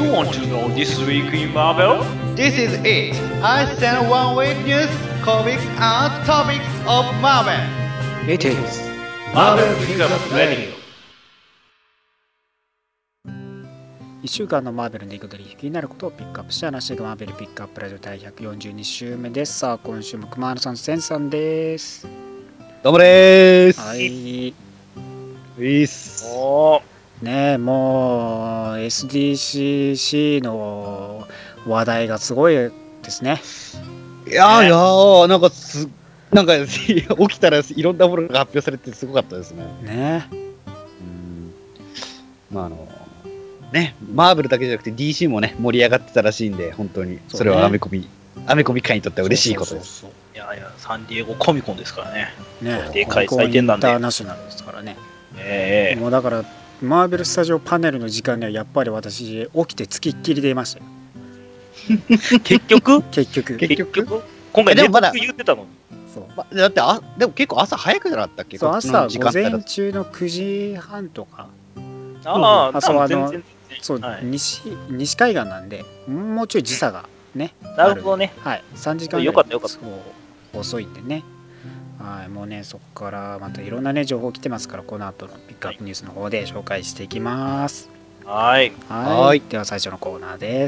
You want to know this week in Marvel? This is it. I send one week news, comics, and topics of Marvel. It is Marvel Pickup Radio. 1週間のマーベルの出来事に気になることをピックアップして話していくマーベルピックアップラジオ第142週目です。さあ今週も熊原さん、センさんです。 どうもでーす。 はい。 いいっす。 ねえ、もう SDCC の話題がすごいですね。 いやー、なんか起きたらいろんなものが発表されてすごかったですね。 ねえ。 まあね、マーベルだけじゃなくて DC もね盛り上がってたらしいんで、本当にそれはアメコミ界にとっては嬉しいことです。 いやいや、サンディエゴコミコンですからね。 ねでかい祭典なんで。 インターナショナルですからね。もうだからマーベルスタジオパネルの時間にはやっぱり私起きてつきっきりでいましたよ。 結局今回でもまだ言ってたのに。 そうだってでも結構朝早くじゃなかったっけ？ そう朝午前中の9時半とか。そう、はい、西海岸なんでもうちょい時差がね。 なるほどね。 はい、3時間ぐらい。よかった。 そう遅いんでね。はい、もうねそこからまたいろんなね情報来てますから、この後のピックアップニュースの方で紹介していきます。 はい。 では最初のコーナーです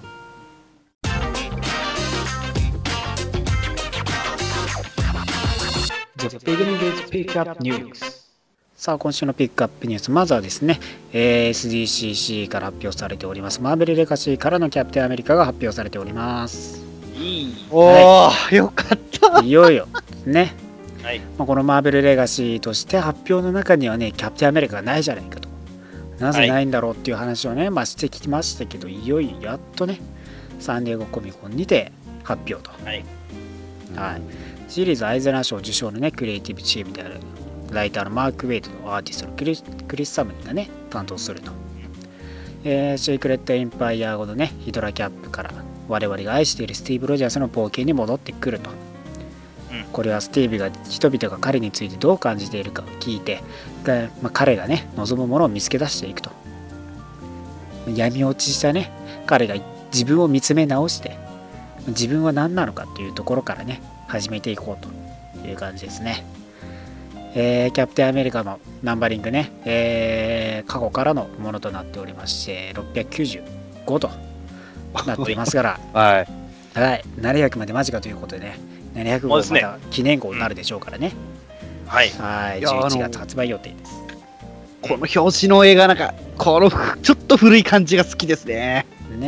。The beginning is pick up news。さあ今週のピックアップニュース、まずはですね、SDCC から発表されておりますマーベルレガシーからのキャプテンアメリカが発表されております。 よかった。 いよいよね、 はい。 このマーベルレガシーとして発表の中にはねキャプテンアメリカがないじゃないかと、なぜないんだろうっていう話をね、してきましたけど、いよいよやっとねサンディエゴコミコンにて発表と。はい。シリーズアイゼナー賞受賞のねクリエイティブチームであるライターのマーク・ウェイトとアーティストのクリス・サムニがね担当すると、シークレット・エンパイア後のねヒドラキャップから我々が愛しているスティーブ・ロジャースの冒険に戻ってくると、これはスティーブが人々が彼についてどう感じているかを聞いて、彼がね望むものを見つけ出していくと、闇落ちしたね彼が自分を見つめ直して自分は何なのかというところからね始めていこうという感じですね。キャプテンアメリカのナンバリングね、過去からのものとなっておりまして695となっていますからはい、700まで間近ということでね、700号また記念号になるでしょうからね。11月発売予定です。 この表紙の映画なんかこのちょっと古い感じが好きですね。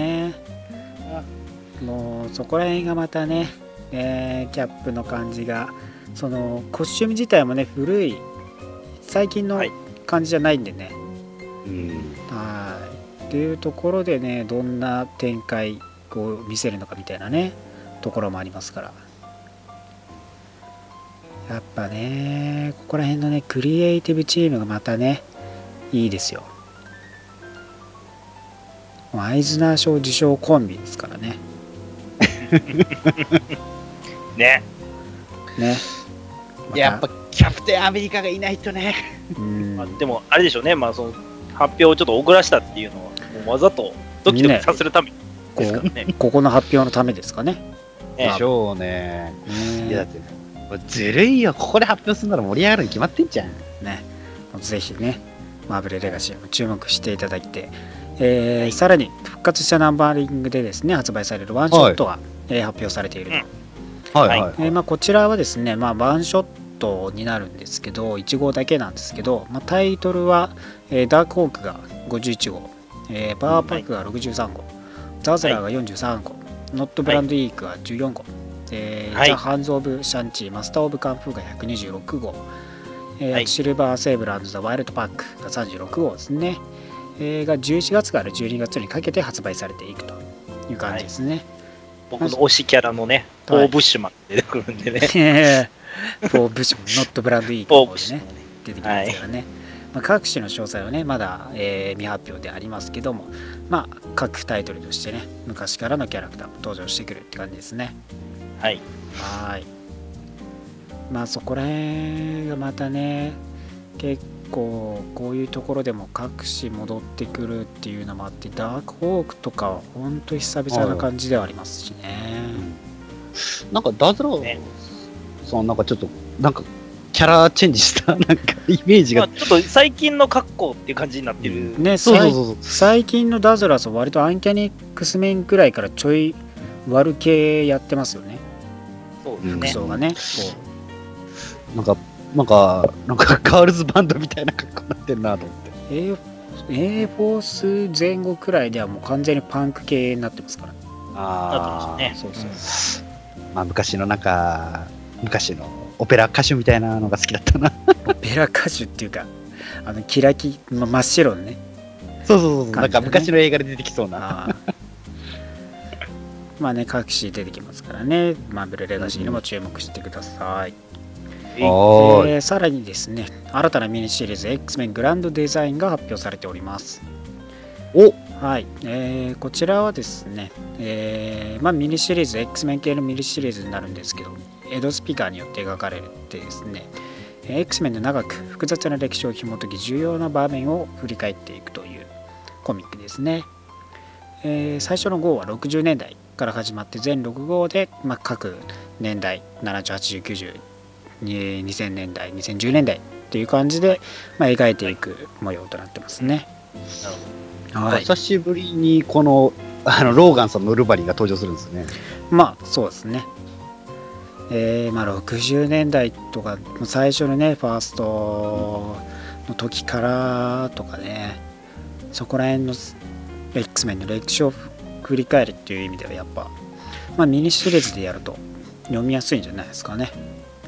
もうそこら辺がまたね、キャップの感じが、そのコスチューム自体もね古い最近の感じじゃないんでね、っていうところでねどんな展開を見せるのかみたいなねところもありますから、やっぱねここら辺のねクリエイティブチームがまたねいいですよ。アイズナー賞受賞コンビですからね。 ね。 やっぱキャプテンアメリカがいないとね。 でもあれでしょうね、発表をちょっと遅らしたっていうのはもうわざとドキドキさせるためですからね。 ここの発表のためですかね。 でしょうね。いやだってずるいよ、ここで発表するなら盛り上がるに決まってんじゃん。 ぜひねマーベルレガシーも注目していただいて、さらに復活したナンバーリングでですね発売されるワンショットが、発表されていると。こちらはですね、ワンショットになるんですけど1号だけなんですけど、タイトルは、ダークホークが51号、パワーパックが63号、ザザラーが43号、ノットブランドイークが14号、ザ・ハンズ・オブ・シャンチーマスター・オブ・カンフーが126号、シルバー・セーブル&ザ・ワイルド・パックが36号ですね、が11月から12月にかけて発売されていくという感じですね。 僕の推しキャラのね、ポー・ブッシュマン出てくるんでね。 ポー・ブッシュマン、ノット・ブランド・イークの方でね出てきますからね。各種の詳細はねまだ、未発表でありますけども、各タイトルとしてね昔からのキャラクターも登場してくるって感じですね。そこら辺がまたね結こういうところでも各紙戻ってくるっていうのもあって、ダークホークとかは本当に久々な感じではありますしね。 なんかダズラーさんなんかちょっとなんかキャラチェンジしたなんかイメージが、 ちょっと最近の格好っていう感じになってる。 ね、最近のダズラーさん割とアンキャニックスメンくらいからちょい悪系やってますよね。 そうですね。 服装がね。 なんかガールズバンドみたいな格好になってるなと思って。 A フォース前後くらいではもう完全にパンク系になってますから。 ああ、ね。 そうそう。 まあ昔のオペラ歌手みたいなのが好きだったな。 オペラ歌手っていうか、キラキ、真っ白のね。 そう、なんか昔の映画で出てきそうな。 まあね、各紙出てきますからね、マーベルレガシーにも注目してください。さらにですね、新たなミニシリーズ X-Men グランドデザインが発表されております。はい、こちらはですね、ミニシリーズ X-Men 系のミニシリーズになるんですけど、エド・スピカーによって描かれてですね、X-Men の長く複雑な歴史を紐解き重要な場面を振り返っていくというコミックですね。最初の号は60年代から始まって全6号で、各年代70、80、90、2000年代、2010年代っていう感じで、描いていく模様となってますね。 久しぶりにこのローガンさんのウルヴァリンが登場するんですね。 そうですね。60年代とか最初のねファーストの時からとかね、そこら辺の X-Men の歴史を振り返るっていう意味ではやっぱ、ミニシリーズでやると読みやすいんじゃないですかね。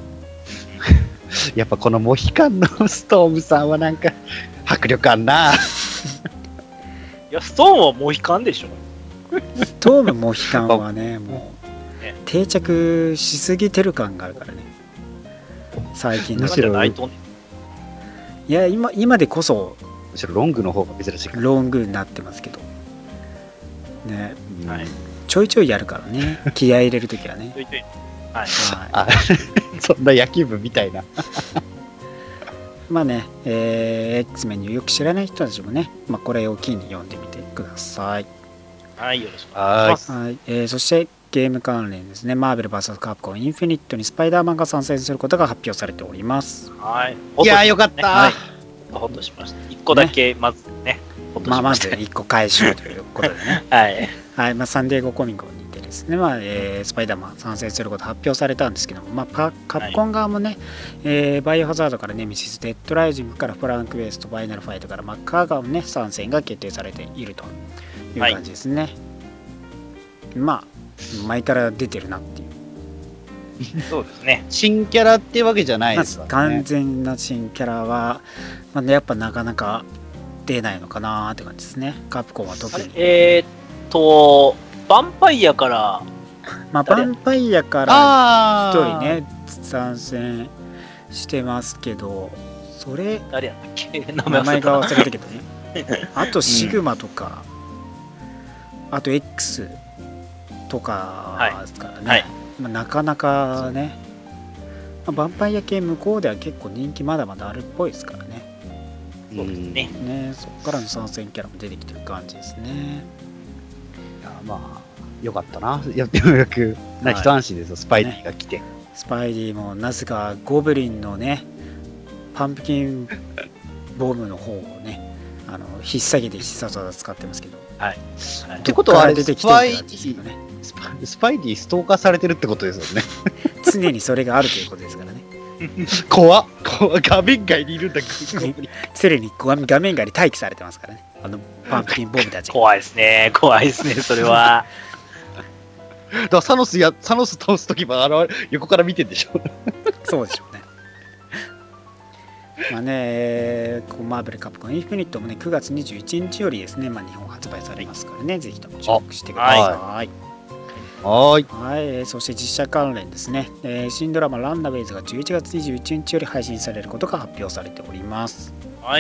やっぱこのモヒカンのストームさんはなんか迫力あんな。いや、ストームはモヒカンでしょ。 ストームモヒカンはねもう定着しすぎてる感があるからね、最近の。いや、今でこそむしろロングの方が珍しい。 ロングになってますけどね、ちょいちょいやるからね、気合い入れるときはね。 そんな野球部みたいな。 X-Men によく知らない人たちもね、これを機に読んでみてください。 はい、よろしくお願いします。 そしてゲーム関連ですね、マーベル VS カプコンインフィニットにスパイダーマンが参戦することが発表されております。 いやー、よかった。 ほっとしました。1個だけまずね、 まず1個回収ということでね。はい、サンディエゴコミックにてですね、スパイダーマン参戦すること発表されたんですけども、カプコン側もね、バイオハザードからネメシス、デッドライジングからフランクベースとファイナルファイトからマッカーガーのね参戦が決定されているという感じですね。前から出てるなっていう。 そうですね。 新キャラってわけじゃないですからね。 完全な新キャラは、やっぱなかなか出ないのかなって感じですね。カプコンは特に。 ヴァンパイアから、 ヴァンパイアから一人ね参戦してますけど、それ誰やったっけ、 名前が忘れたけどね。あとシグマとか、あと Xとかですからね、なかなかね、ヴァンパイア系向こうでは結構人気まだまだあるっぽいですからね。 そうですね。 そこからの参戦キャラも出てきてる感じですね。 よかったな。ようやく一安心ですよ、スパイディが来て。 スパイディもなぜかゴブリンのねパンプキンボムの方をね引っ提げて必殺技使ってますけど、 ってことは出てきてる感じですけどね。 スパイディストーカーされてるってことですよね。 常にそれがあるということですからね。 怖っ、画面外にいるんだ。 常に画面外に待機されてますからね、パンプキンボムたち。 怖いですね、それは。 だからサノス倒すときも横から見てんでしょ。 そうでしょうね。マーベルカプコンインフィニットもね9月21日よりですね、日本発売されますからね、ぜひとも注目してください。そして実写関連ですね、新ドラマランナウェイズが11月21日より配信されることが発表されております。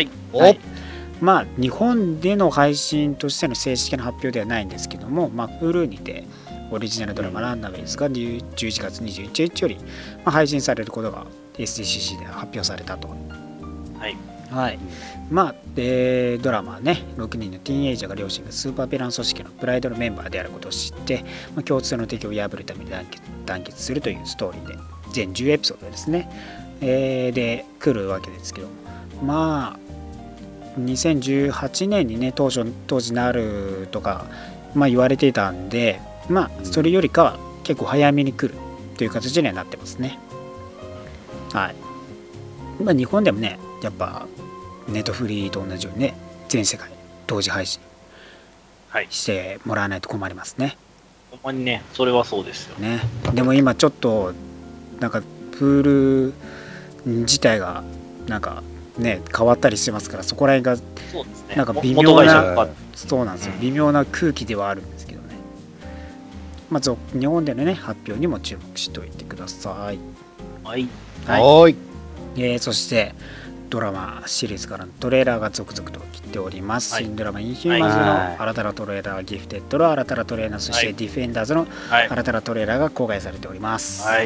日本での配信としての正式な発表ではないんですけども、Hulu にてオリジナルドラマランナウェイズが11月21日より配信されることが SDCC で発表されたとはい。まあ、ドラマはね、6人のティーンエイジャーが両親がスーパーヴィラン組織のプライドのメンバーであることを知って、共通の敵を破るために団結するというストーリーで、全10エピソードですね。で、来るわけですけど、まあ、2018年にね、当時なるとか、言われていたんで、それよりかは結構早めに来るという形にはなってますね。はい。日本でもね、やっぱネットフリーと同じようにね、全世界同時配信してもらわないと困りますね。 ほんまにね、それはそうですよね。でも今ちょっとなんかプール自体がなんかね変わったりしてますから、そこら辺がなんか微妙な、そうなんですよ、微妙な空気ではあるんですけどね。まず日本でのね発表にも注目しておいてください。 はい。 はい。 そしてドラマシリーズからのトレーラーが続々と来ております。新ドラマインヒューマンズの新たなトレーラー、ギフテッドの新たなトレーラー、そしてディフェンダーズの新たなトレーラーが公開されております。 はい。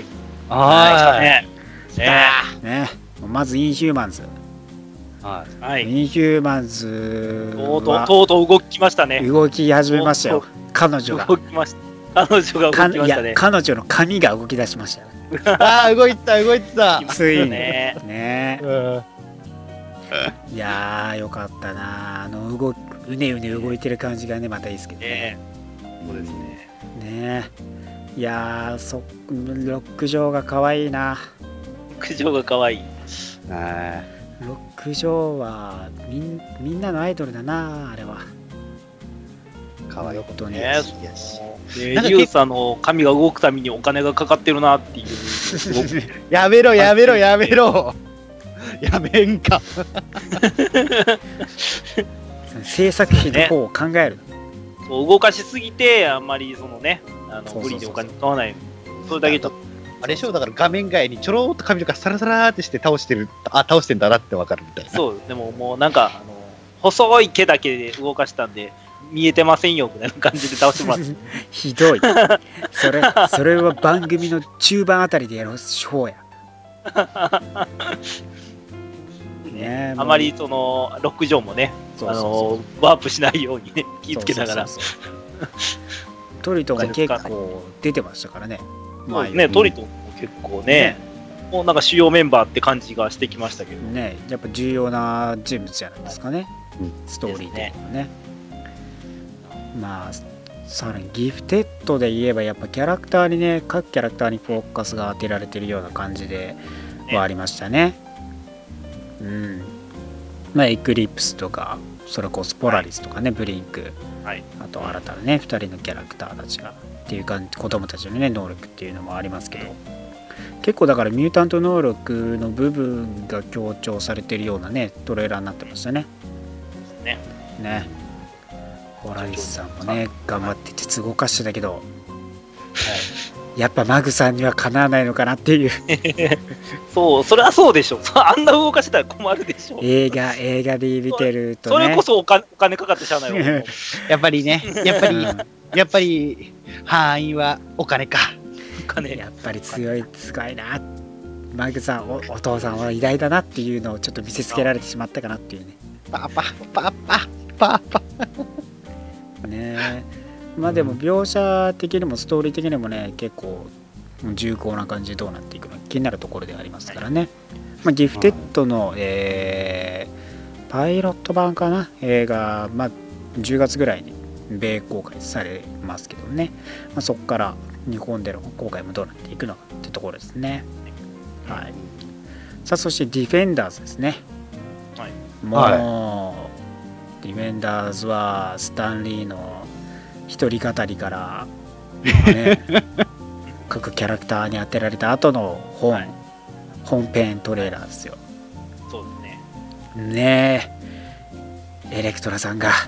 ね。まずインヒューマンズ。 はい。 インヒューマンズはとうとう動きましたね。 動き始めましたよ。彼女が動きました。彼女が動きましたね。 彼女の髪が動き出しましたよ。 動いてた。 ついにね。いやーよかったな。うねうね動いてる感じがねまたいいですけどね。 そうですね。 ね。いやーロック嬢が可愛いな。 ロック嬢が可愛い。 ロック嬢はみんなのアイドルだな、あれは。 可愛いことね。 ユーサの髪が動くためにお金がかかってるなっていう。 やめろ。やめんか。 制作費の方を考える。 そう動かしすぎてあんまりそのね無理でお金使わない。それだけちょっと。 あれでしょ、だから画面外にちょろっと髪とかサラサラーってして倒してんだなってわかるみたいな。 そう、でももうなんか細い毛だけで動かしたんで見えてませんよみたいな感じで倒してもらって。 ひどい。それは番組の中盤あたりでやる方や。ね、 あまりそのロック上もね、ワープしないようにね気をつけながら。 トリトンも結構出てましたからね。 トリトンも結構ね、もうなんか主要メンバーって感じがしてきましたけどね。やっぱ重要な人物じゃないですかね、ストーリー的にはね。さらにギフテッドで言えばやっぱ各キャラクターにフォーカスが当てられてるような感じではありましたね。エクリプスとかそれこそポラリスとかね、ブリンク、あと新たなね2人のキャラクターたちがっていうか子供たちのね能力っていうのもありますけど、結構だからミュータント能力の部分が強調されてるようなねトレーラーになってましたね。ポラリスさんもね頑張って鉄動かしてたけど、やっぱマグさんにはかなわないのかなっていう。 それはそうでしょ。あんな動かしてたら困るでしょ。 映画で見てるとね。 それこそお金かかってしゃあないわ。 やっぱり範囲はお金か。 やっぱり強いな。マグさんお父さんは偉大だなっていうのをちょっと見せつけられてしまったかなっていうね。 パパ。 ねえ。でも描写的にもストーリー的にもね結構重厚な感じでどうなっていくのか気になるところでありますからね。ギフテッドの、パイロット版かな映画、10月ぐらいに米公開されますけどね、そこから日本での公開もどうなっていくのかってところですね。さあそしてディフェンダーズですね。もう、ディフェンダーズはスタンリーの一人語りから、各キャラクターに当てられた後の本編トレーラーですよ。 そうですね。 ねえ、エレクトラさんが、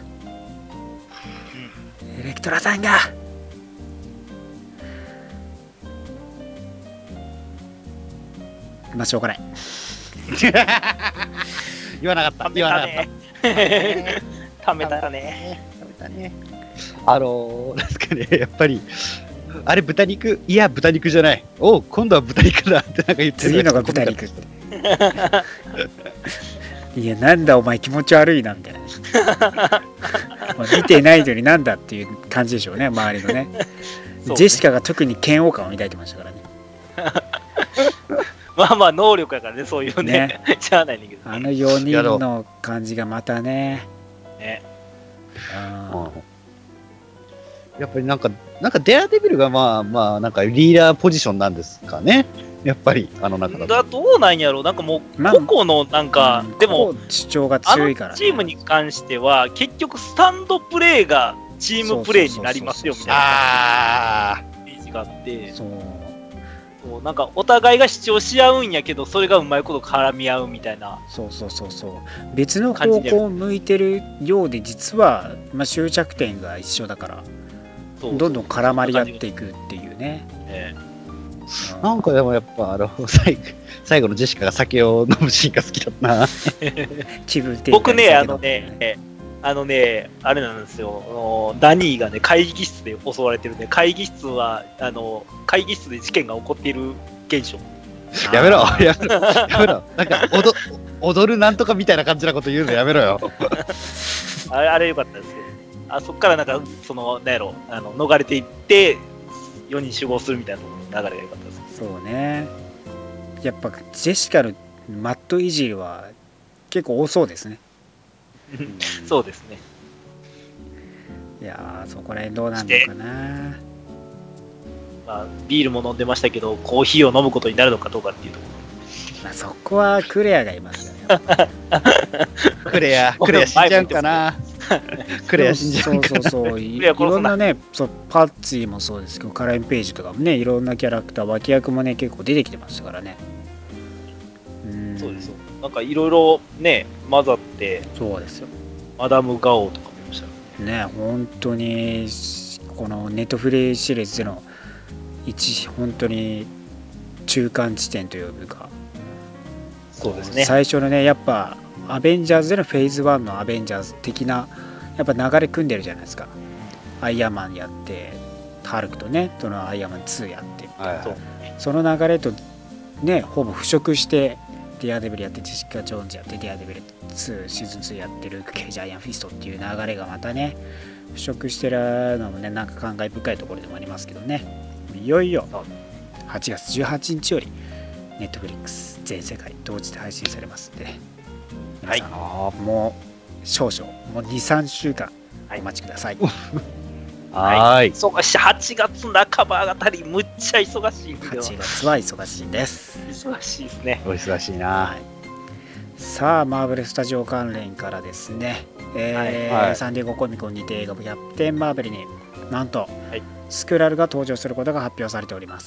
しょうがない。 言わなかった。 ためたね。 なんですかね、やっぱりあれ豚肉じゃない。今度は豚肉だってなんか言ってる。 次のが豚肉って。 いや、なんだお前気持ち悪いなみたいな。見てないのになんだっていう感じでしょうね、周りのね。 そうねジェシカが特に嫌悪感を抱いてましたからね。 まあまあ能力やからね、そういうね、しゃあないねんだけど、ね。 あの4人の感じがまたね。 ねやっぱりなんかデアデビルがなんかリーダーポジションなんですかね。やっぱりあの中だと。 どうなんやろう、なんかもう、個々のなんか、でも、 主張があの強いから、ね、 チームに関しては、結局、スタンドプレーがチームプレーになりますよみたいなイメージがあって、そうなんかお互いが主張し合うんやけど、それがうまいこと絡み合うみたいな。 そう別の方向を向いてるようで、実は、終着点が一緒だから、どんどん絡まり合っていくっていうね。 なんかでもやっぱ最後のジェシカが酒を飲むシーンが好きだったな。 僕ね、あれなんですよ、ダニーがね、会議室で襲われてるね、会議室で事件が起こっている現象。 やめろ。なんか踊るなんとかみたいな感じなこと言うのやめろよ。 あれよかったですけど、そっからなんか、なんやろ、逃れていって、4人集合するみたいな流れが良かったです。 そうね。やっぱジェシカのマットいじりは結構多そうですね。 そうですね。 いやそこら辺どうなんのかな。 まあ、ビールも飲んでましたけど、コーヒーを飲むことになるのかどうかっていうところ。 そこはクレアがいますよね。 クレア死んじゃうかな。クレア死んじゃうかな。 そういろんなね、パッツィもそうですけど、カラインページとかもね、いろんなキャラクター、脇役もね、結構出てきてましたからね。 そうですよ。なんかいろいろね、混ざって、 そうですよ。 マダム・ガオとかもいましたね。本当に、このネットフリーシリーズでの本当に中間地点というか、 そうですね。 最初のね、やっぱ、アベンジャーズでのフェーズ1のアベンジャーズ的な、やっぱ流れ組んでるじゃないですか。アイアンマンやって、ハルクとね、そのアイアンマン2やって、その流れとね、ほぼ腐食して、デアデビルやって、ジェシカ・ジョーンズやって、デアデビル2シーズン2やってるケイジャイアンフィストっていう流れがまたね、腐食してるのもね、なんか感慨深いところでもありますけどね、いよいよ8月18日より、ネットフリックス全世界同時で配信されますんで、皆さん、もう少々、もう2、3週間お待ちください。 はい。忙しい。8月半ばあたり、むっちゃ忙しいんで。 8月は忙しいです。 忙しいですね。 お忙しいな。 さあ、マーベルスタジオ関連からですね、サンディエゴコミコンにて映画キャプテンマーベルになんと、スクラルが登場することが発表されております。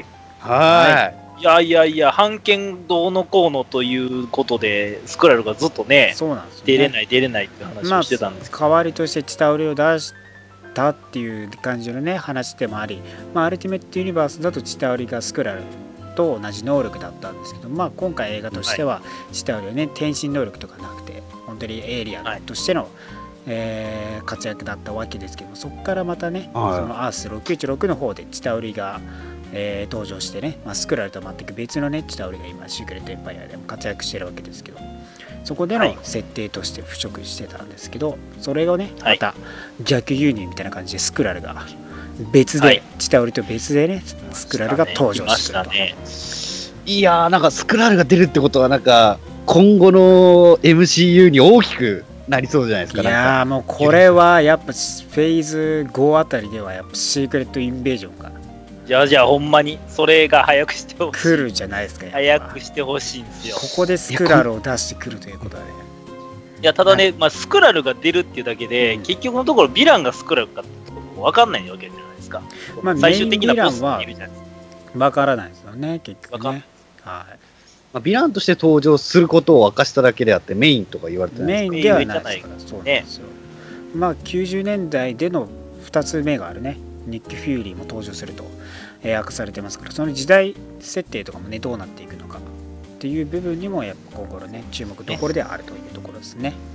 いや、版権どうのこうのということで、スクラルがずっとね、 そうなんですよね、出れないって話をしてたんですけど、 代わりとしてチタウリを出したっていう感じのね、話でもあり、アルティメットユニバースだとチタウリがスクラルと同じ能力だったんですけど、今回映画としては、チタウリはね、転身能力とかなくて、本当にエイリアンとしての、活躍だったわけですけど、そこからまたね、そのアース616の方でチタウリが登場してね、スクラルとは全く別のね、チタウリが今シークレットエンパイアでも活躍してるわけですけど、そこでの設定として腐食してたんですけど、それをね、また逆輸入みたいな感じでスクラルが別で、チタウリと別でね、スクラルが登場してくると。 いやー、なんかスクラルが出るってことは、なんか今後の MCU に大きくなりそうじゃないですか。 いやー、もうこれはやっぱフェーズ5あたりではやっぱシークレットインベージョンかな。 じゃあほんまにそれが早くしてほしい。 来るじゃないですか。 早くしてほしいんですよ。 ここでスクラルを出してくるということはね。 いや、ただね、スクラルが出るっていうだけで、結局のところヴィランがスクラルかってことも分かんないわけじゃないですか。最終的なボスっているじゃないですか。 分からないですよね、結局ね。 ヴィランとして登場することを明かしただけであってメインとか言われてないですか。 メインではないですから。そうなんですよ。90年代での2つ目があるね、ニッキ・フューリーも登場すると明かされてますから、その時代設定とかもね、どうなっていくのかっていう部分にもやっぱ今後のね、注目どころであるというところですね。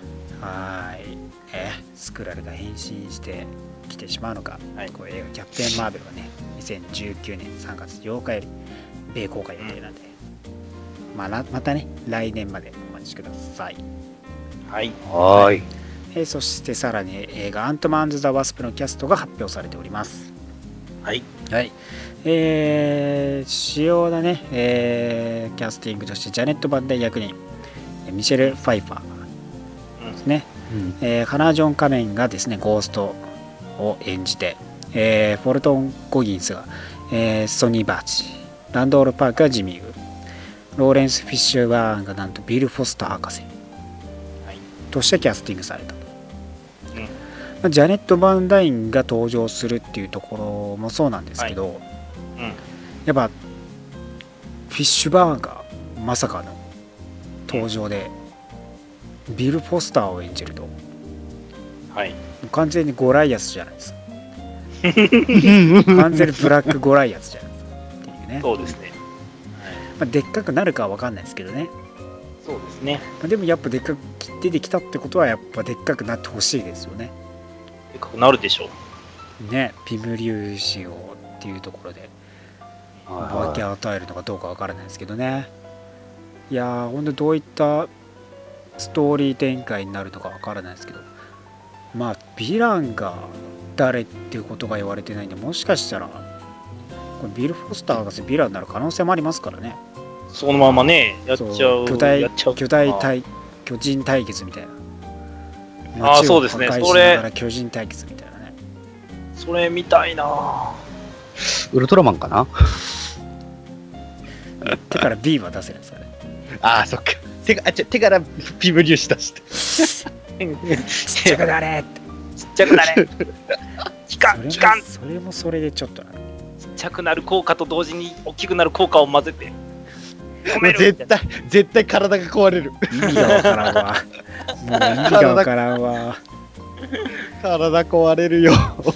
スクラルが変身してきてしまうのか、こう映画キャプテン・マーベルはね、2019年3月8日より米公開予定なんで、またね、来年までお待ちください。 はい。 はい。 そしてさらに映画アントマンズ・ザ・ワスプのキャストが発表されております。 はい。 はい。主要なね、キャスティングとしてジャネット・バンダイ役人、ミシェル・ファイファーですね。ハナー・ジョン・カメンがですね、ゴーストを演じて、フォルトン・ゴギンスが、ソニー・バーチ、ランドール・パークがジミーグ、ローレンス・フィッシュバーンがなんとビル・フォスター博士、としてキャスティングされたと、ジャネット・バンダインが登場するっていうところもそうなんですけど、やっぱフィッシュバーンがまさかの登場でビル・フォスターを演じると、完全にゴライアスじゃないですか。完全にブラックゴライアスじゃないですかっていうね。 そうですね。 でっかくなるかは分かんないですけどね。 そうですね。 でもやっぱでっかく出てきたってことはやっぱでっかくなってほしいですよね。 でっかくなるでしょう。ね、ピム粒子をっていうところで分け与えるのかどうか分からないですけどね。いやー、ほんとどういったストーリー展開になるのか分からないですけど、まあヴィランが誰っていうことが言われてないんで、もしかしたらこれビル・フォスター博士ヴィランになる可能性もありますからね。 そのままね、やっちゃう。 巨人対決みたいな。 ああ、そうですね。 それ巨人対決みたいなね。 それ見たいな。 ウルトラマンかな。 手から B は出せないですかね。 ああ、そっか。手からピム粒子出して。 ちっちゃくなれって。 ちっちゃくなれ。期間。 それもそれでちょっとな。 ちっちゃくなる効果と同時に大きくなる効果を混ぜて。 絶対体が壊れる。 意味がわからんわ。もう意味がわからんわ。 体壊れるよ。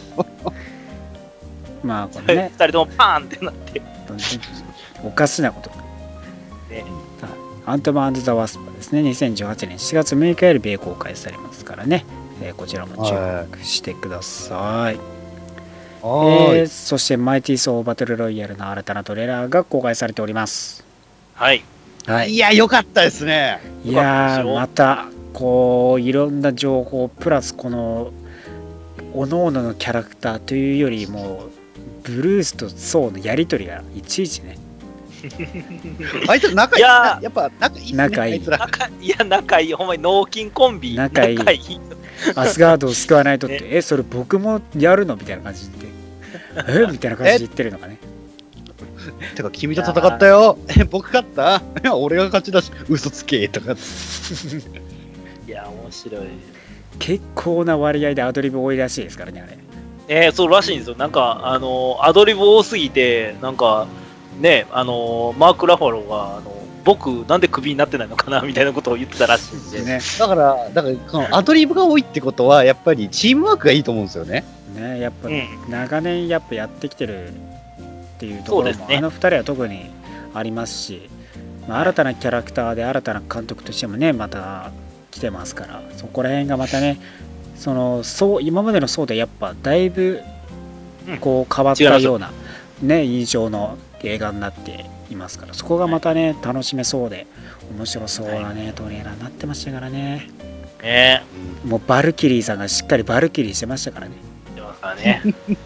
まあこれね。 2人ともパーンってなって。 おかしなこと。ね、アントマン&ザ・ワスプはですね、2018年4月6日より米公開されますからね。こちらも注目してください。そしてマイティー・ソー・バトル・ロイヤルの新たなトレーラーが公開されております。 はい。 いや、良かったですね。 いやー、またこういろんな情報プラスこの各々のキャラクターというよりもブルースとソーのやり取りがいちいちね。 あいつ仲いい。やっぱ仲いい。 仲いい。 仲いい。ほんまに脳筋コンビ。 仲いい。アスガードを救わないとって、それ僕もやるのみたいな感じで。みたいな感じで言ってるのかね。 てか君と戦ったよ。僕勝った。いや俺が勝ちだし嘘つけとか。 いや面白い。 結構な割合でアドリブ多いらしいですからねあれ。そうらしいんですよ。なんかアドリブ多すぎてなんかねマーク・ラファローが僕なんでクビになってないのかなみたいなことを言ってたらしいんで。 ね。だからこのアドリブが多いってことはやっぱりチームワークがいいと思うんですよね。 ね、やっぱ、長年やっぱやってきてるっていうところも、ね、あの2人は特にありますし、新たなキャラクターで新たな監督としてもねまた来てますから、そこら辺がまたね今までの層でやっぱだいぶこう変わったような、ね、印象の映画になっていますから、そこがまたね楽しめそうで面白そうなねトレーラーになってましたからね。もうバルキリーさんがしっかりバルキリーしてましたからね。 ね、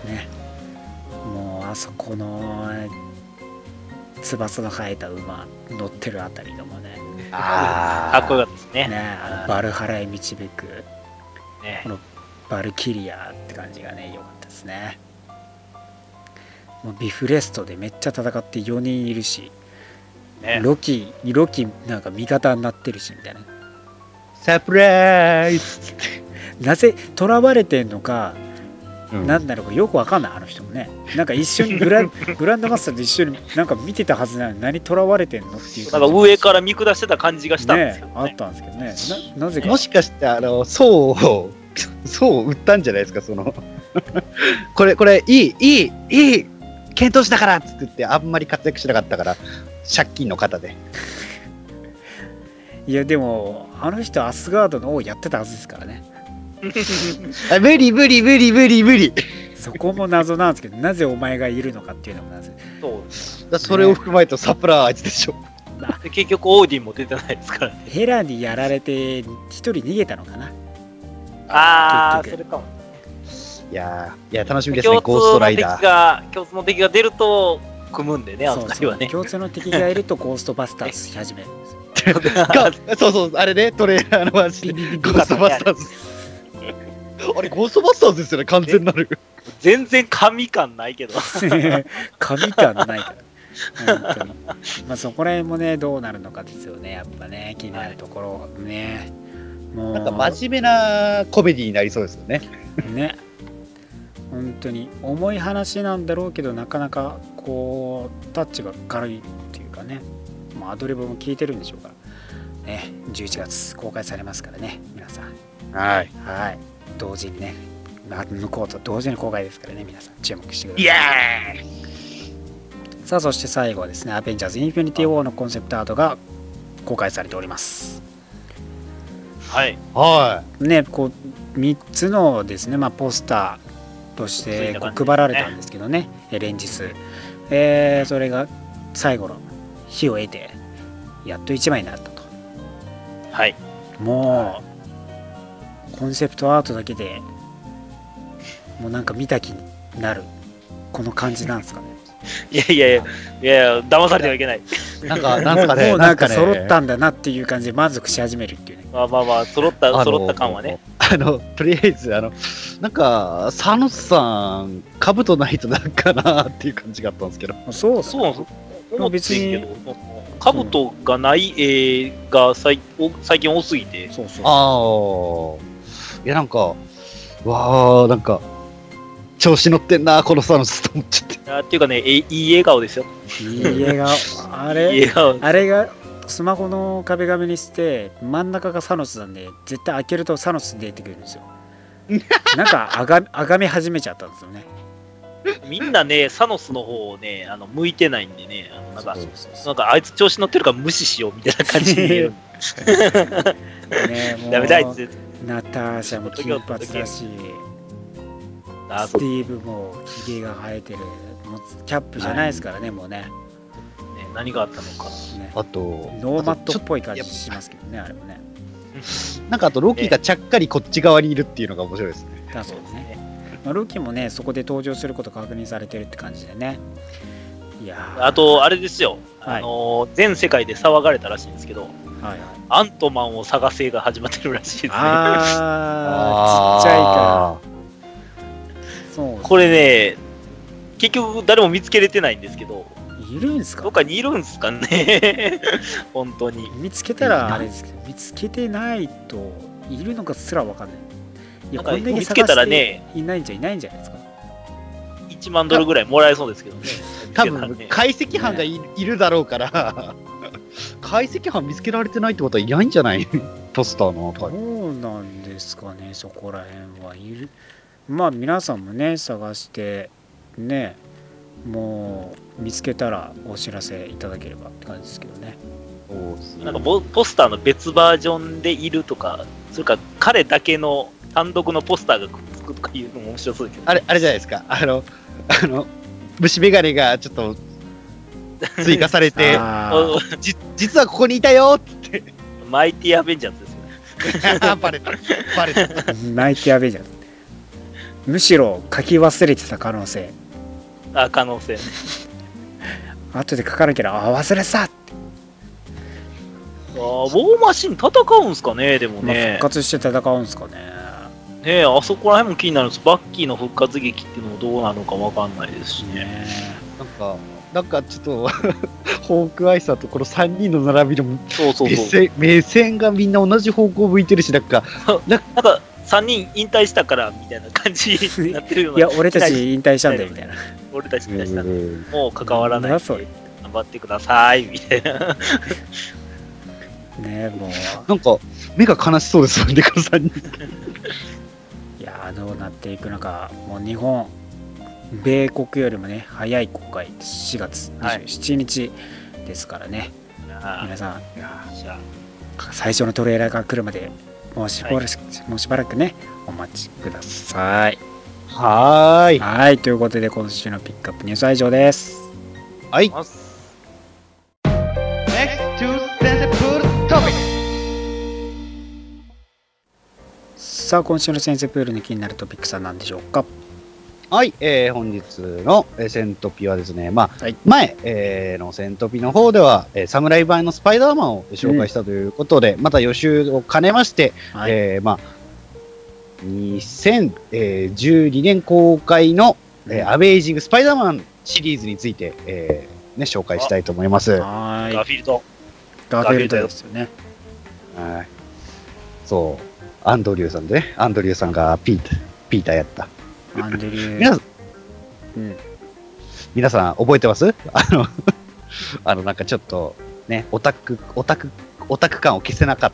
もうあそこの翼の生えた馬乗ってるあたりのもね、 かっこよかったですね。 バルハラへ導く、このバルキリアって感じがね良かったですね。もうビフレストでめっちゃ戦って4人いるし、ロキなんか味方になってるしみたいな。 サプライズなぜ囚われてんのかなんだろうかよくわかんない。あの人もねなんか一緒にグランドマスターと一緒になんか見てたはずなのに何囚われてんのっていう、 なんか上から見下してた感じがしたんですよね。 あったんですけどね。なぜかもしかしてそう売ったんじゃないですか。これいい検討しだからっつって言ってあんまり活躍しなかったから借金の方で。 いやでもあの人アスガードの王やってたはずですからね。 無理そこも謎なんですけど、なぜお前がいるのかっていうのもなぜそうそれを踏まえるとサプライズでしょ。 で結局オーディンも出てないですからね。 ヘラにやられて一人逃げたのかな。 ああ、それかも。 いや楽しみですね、ゴーストライダー。 共通の敵が出ると組むんでね、あの2人はね。 共通の敵がいるとゴーストバスターズし始めるんですよ。 そう、あれね、トレーラーの話で、ゴーストバスターズ。あれ、ゴーストバスターズですよね、完全なる。 全然神感ないけど。 神感ないから。本当に。まあそこら辺もね、どうなるのかですよね、やっぱね、気になるところね。もうなんか真面目なコメディになりそうですよね。 ね。本当に重い話なんだろうけど、なかなかこうタッチが軽いっていうかね、アドリブも効いてるんでしょうからね。11月公開されますからね、皆さん。 はい。 同時にね、向こうと同時に公開ですからね、皆さん注目してください。 イエーイ。 さあ、そして最後はですね、アベンジャーズ・インフィニティ・ウォーのコンセプトアートが公開されております。 はいね、こう3つのですね、ポスターとして配られたんですけどね、連日、それが最後の日を得てやっと1枚になったと。 はい。 もうコンセプトアートだけでもうなんか見た気になるこの感じなんですかね。 いや、騙されてはいけない。 なんかね、 もうなんか揃ったんだなっていう感じで満足し始めるっていうね。 まあ、揃った感はね。 とりあえず、なんか、サノスさん、兜ないとなんかなっていう感じがあったんですけど。 そうなんですよ。別に、兜がない絵が最近多すぎて。 いや、なんか、なんか、調子乗ってんな、このサノスと思っちゃって。 っていうかね、いい笑顔ですよ。 いい笑顔。あれがスマホの壁紙にして真ん中がサノスなんで、絶対開けるとサノス出てくるんですよ。なんかあがめ始めちゃったんですよね。 みんなね、サノスの方をね、向いてないんでね、なんかあいつ調子乗ってるから無視しようみたいな感じに見える。ダメだ、あいつ。 ナターシャも金髪だし、スティーブもヒゲが生えてる、もうキャップじゃないですからね、もうね。 何があったのか。 あと、 ノーマットっぽい感じしますけどね、あれもね。 なんかあと、ロキがちゃっかりこっち側にいるっていうのが面白いですね。 そうですね。ロキもね、そこで登場すること確認されてるって感じでね。いやあと、あれですよ、全世界で騒がれたらしいんですけど、アントマンを探せが始まってるらしいですね。ちっちゃいから。そう。これね、結局誰も見つけれてないんですけど、 いるんすか？ どっかにいるんすかね。本当に。 見つけたらあれですけど、見つけてないといるのかすらわかんない。いや、こんだけ見つけたらね、 いないんじゃないですか。 1万ドルぐらいもらえそうですけどね。 多分、解析班がいるだろうから、解析班見つけられてないってことはいないんじゃない？ポスターの中に。 そうなんですかね、そこら辺はいる。まあ皆さんもね、探してね、もう見つけたらお知らせいただければって感じですけどね。 なんかポスターの別バージョンでいるとか、それから彼だけの単独のポスターがくっつくとかいうのも面白そうですけど、ね、 あれじゃないですか、虫眼鏡がちょっと追加されて実はここにいたよってマイティアベンジャーズですよね。 バレたマイティアベンジャーズ、むしろ書き忘れてた可能性。 可能性ね。 後で書かなきゃ忘れさって。 ウォーマシン戦うんすかね、でもね。 復活して戦うんすかね。 ねえ、あそこら辺も気になるんです。バッキーの復活劇っていうのもどうなのかわかんないですしね。 なんかちょっとホークアイさんとこの3人の並びの目線がみんな同じ方向向いてるし、なんか 3人引退したからみたいな感じになってるような。 いや、俺たち引退したんだよみたいな。 俺たち引退したんで、もう関わらないで頑張ってくださいみたいな。 ね、もうなんか目が悲しそうですよね、この3人。 いや、どうなっていくのか。もう日本、米国よりもね早い公開、4月27日ですからね。皆さん、最初のトレーラーが来るまでもうしばらくねお待ちください。はい、ということで今週のピックアップニュースは以上です。 はい。 Next さあ今週のセンセプールに気になるトピックスは何でしょうか。 はい、本日のセントピはですね、まあ、 はい、 前、のセントピの方では、サムライ版のスパイダーマンを紹介したということで、また予習を兼ねまして、 はい、 まあ、2012年公開の、アメイジングスパイダーマンシリーズについて、ね、紹介したいと思います。 はい、 ガーフィールド。 ガーフィールドですよね。 はい。そう、アンドリューさんでね、アンドリューさんがピーターやった。 アンドリュー。 皆さん覚えてます？なんかちょっとね、オタク感を消せなかった。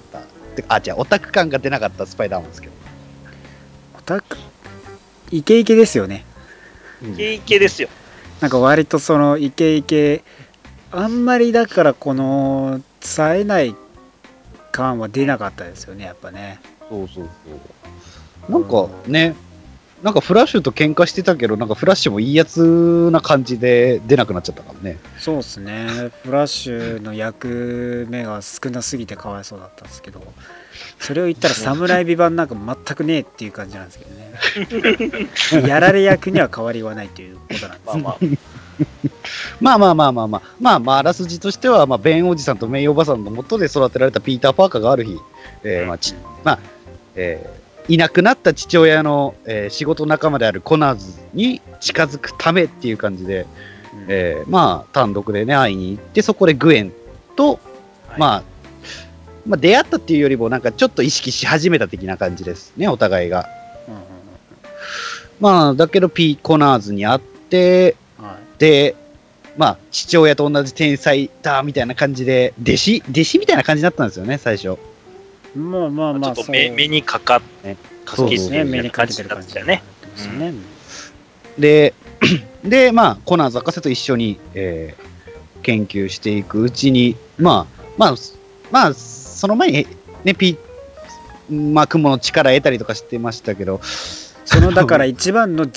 オタク感が出なかったスパイダーマンですけど。 オタク、イケイケですよね。 イケイケですよ。 なんか割とそのイケイケ、あんまりだからこの冴えない感は出なかったですよね、やっぱね。 そう。なんかね、なんかフラッシュと喧嘩してたけど、なんかフラッシュもいいやつな感じで出なくなっちゃったからね。 そうですね。フラッシュの役目が少なすぎてかわいそうだったんですけど、それを言ったら侍美版なんか全くねえっていう感じなんですけどね。やられ役には変わりはないということなんです。 まあ、あらすじとしては、ベンおじさんとメイおばさんのもとで育てられたピーター・パーカーがある日、いなくなった父親の、仕事仲間であるコナーズに近づくためっていう感じで、単独でね、会いに行って、そこでグエンと、出会ったっていうよりも、なんかちょっと意識し始めた的な感じですね、お互いが。だけど、コナーズに会って、で、父親と同じ天才だみたいな感じで、弟子みたいな感じだったんですよね、最初。 ちょっと目にかかって、 そうですね、目にかけてる感じだね。 で、コナーズ博士と一緒に、研究していくうちに、その前に、ね、雲の力得たりとかしてましたけど、 だから一番の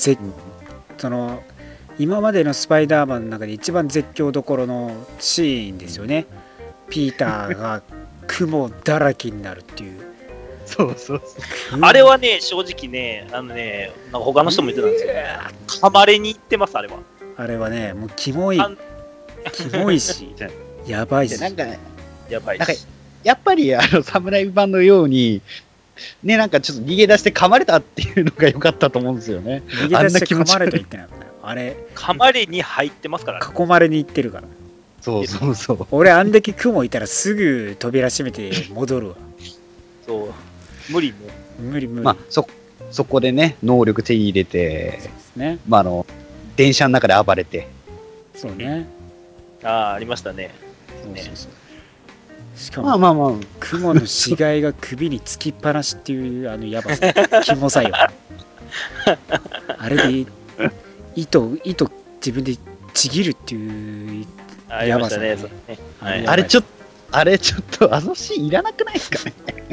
今までのスパイダーマンの中で一番絶叫どころのシーンですよね。ピーターが雲だらけになるっていう。 そう。 あれはね、正直ね、なんか他の人も言ってたんですけど、ハマれに行ってます、あれは。 あれはね、もうキモいし、やばいし。 なんかね、やばいし。 やっぱり侍版のように、ね、なんかちょっと逃げ出して噛まれたっていうのが良かったと思うんですよね。 逃げ出して噛まれた言ってないからね。あれ噛まれに入ってますからね。 囲まれに行ってるから。 そう。 俺あんだけ雲いたらすぐ扉閉めて戻るわ。 そう。無理。 そこでね、能力手に入れて、 そうですね。 電車の中で暴れて。 そうね。 ありましたね。 そう。しかも、雲の死骸が首につきっぱなしっていうやばさ、キモさよ。あれで糸自分でちぎるっていうやばさね。 あれちょっとあのシーンいらなくないですかね。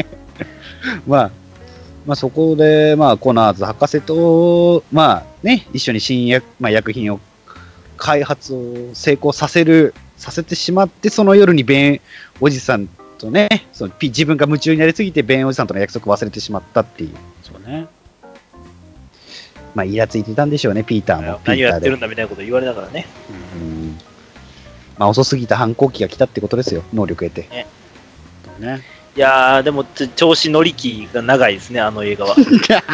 そこでコナーズ博士と一緒に新薬品を開発を成功させてしまって、その夜にベンおじさんとね、自分が夢中になりすぎてベンおじさんとの約束を忘れてしまったっていう。 そうね。 イラついてたんでしょうね、ピーターも。 何をやってるんだみたいなこと言われながらね。 遅すぎた反抗期が来たってことですよ、能力得て。 ね。 いやー、でも調子乗り期が長いですね、あの映画は。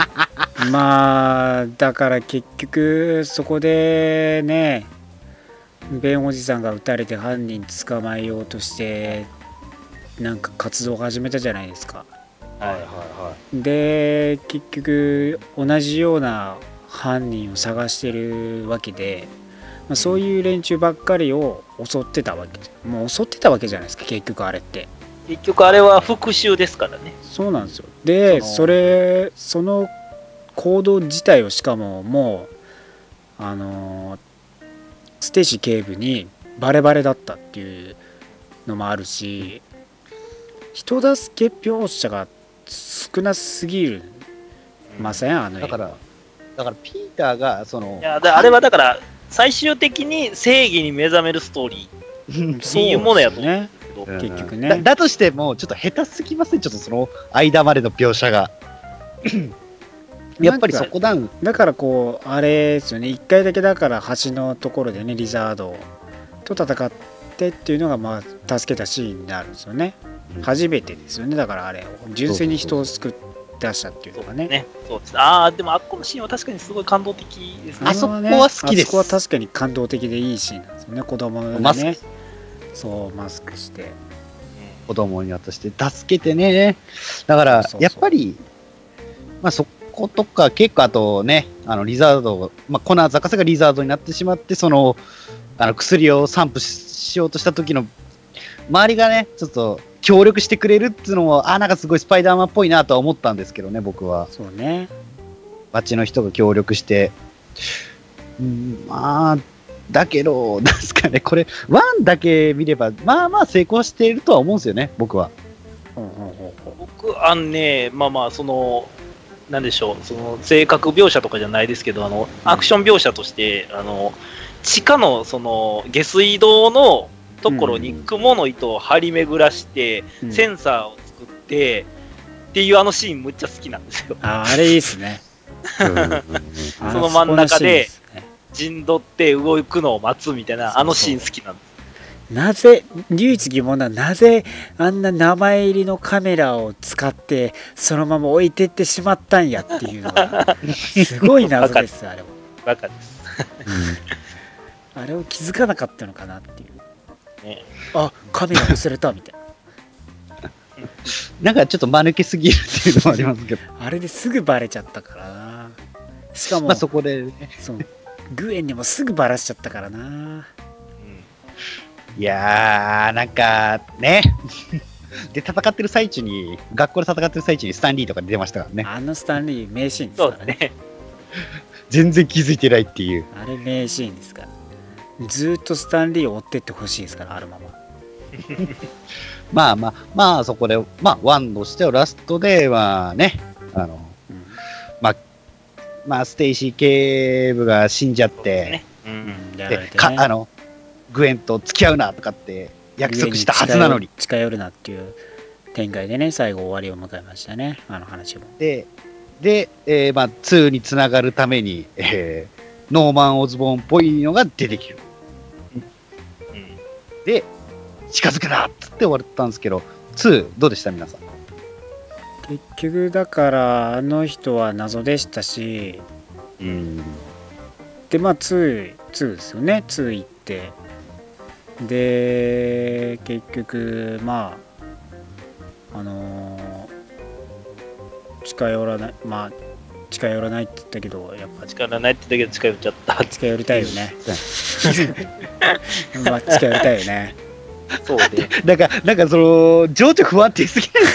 だから結局そこでね、ベンおじさんが撃たれて犯人捕まえようとしてなんか活動を始めたじゃないですか。で結局同じような犯人を探してるわけで、そういう連中ばっかりを襲ってたわけじゃないですか。結局あれっては復讐ですからね。 そうなんですよ。でその行動自体をしかももうステイシー警部にバレバレだったっていうのもあるし、人助け描写が少なすぎるません？だからピーターがあれはだから最終的に正義に目覚めるストーリーっていうものやと思うけど、 結局ね。 だとしてもちょっと下手すぎません？ちょっとその間までの描写が。 やっぱりそこだからこうあれですよね、1回だけだから橋のところでねリザードと戦ってっていうのがまあ助けたシーンになるんですよね、初めてですよね。だからあれ純粋に人を救って出したっていうのがね。 そうです。ああ、でもあっこのシーンは確かにすごい感動的ですね。 あそこは好きです。 あそこは確かに感動的でいいシーンなんですよね。子供がね、そうマスクして子供に渡して助けてね。だからやっぱりまあそことか結構あとね、リザード、まあコナーズ博士がリザードになってしまって、その薬を散布しようとした時の周りがねちょっと協力してくれるっていうのもなんかすごいスパイダーマンっぽいなとは思ったんですけどね、僕は。 そうね。 街の人が協力して、まあだけどなんですかね、これ1だけ見ればまあまあ成功しているとは思うんですよね、僕は。 僕はね、まあまあそのなんでしょう、その性格描写とかじゃないですけど、アクション描写として地下のその下水道のところに雲の糸を張り巡らして、センサーを作ってっていうシーンむっちゃ好きなんですよ。 あれいいですね。 その真ん中で陣取って動くのを待つみたいなシーン好きなんです。 なぜ唯一疑問ななぜあんな名前入りのカメラを使ってそのまま置いてってしまったんやっていうのがすごい謎です。あれもバカです。 あれを気づかなかったのかなっていう。 ね、 カメラ忘れたみたいな。なんかちょっと間抜けすぎるっていうのもありますけど。 あれですぐバレちゃったからな。しかも、 まあそこで、ね、 グエンにもすぐバラしちゃったからな。 いやー、なんかね。で、戦ってる最中に、学校で戦ってる最中にスタンリーとか出ましたからね。 スタンリー名シーンですからね。 全然気づいてないっていう。 あれ名シーンですから。ずっとスタンリーを追ってってほしいですから、あるまま。まあそこで、まあ、1としてはラストで、まあね、まあ、ステイシー警部が死んじゃって、でグエンと付き合うなとかって約束したはずなのに。 近寄るなっていう展開でね、最後終わりを迎えましたね、話も。 で、まあ、2につながるために、ノーマン・オズボーンっぽいのが出てきる。で、近づくなっつって終わったんですけど、2どうでした皆さん？ 結局だからあの人は謎でしたし、でまあ2ですよね。2行ってで結局まあ近寄らない近寄らないって言ったけどやっぱ近寄らないって言ったけど近寄っちゃった。 近寄りたいよね。まあ近寄りたいよね。 そうで。 なんかその情緒不安定すぎない。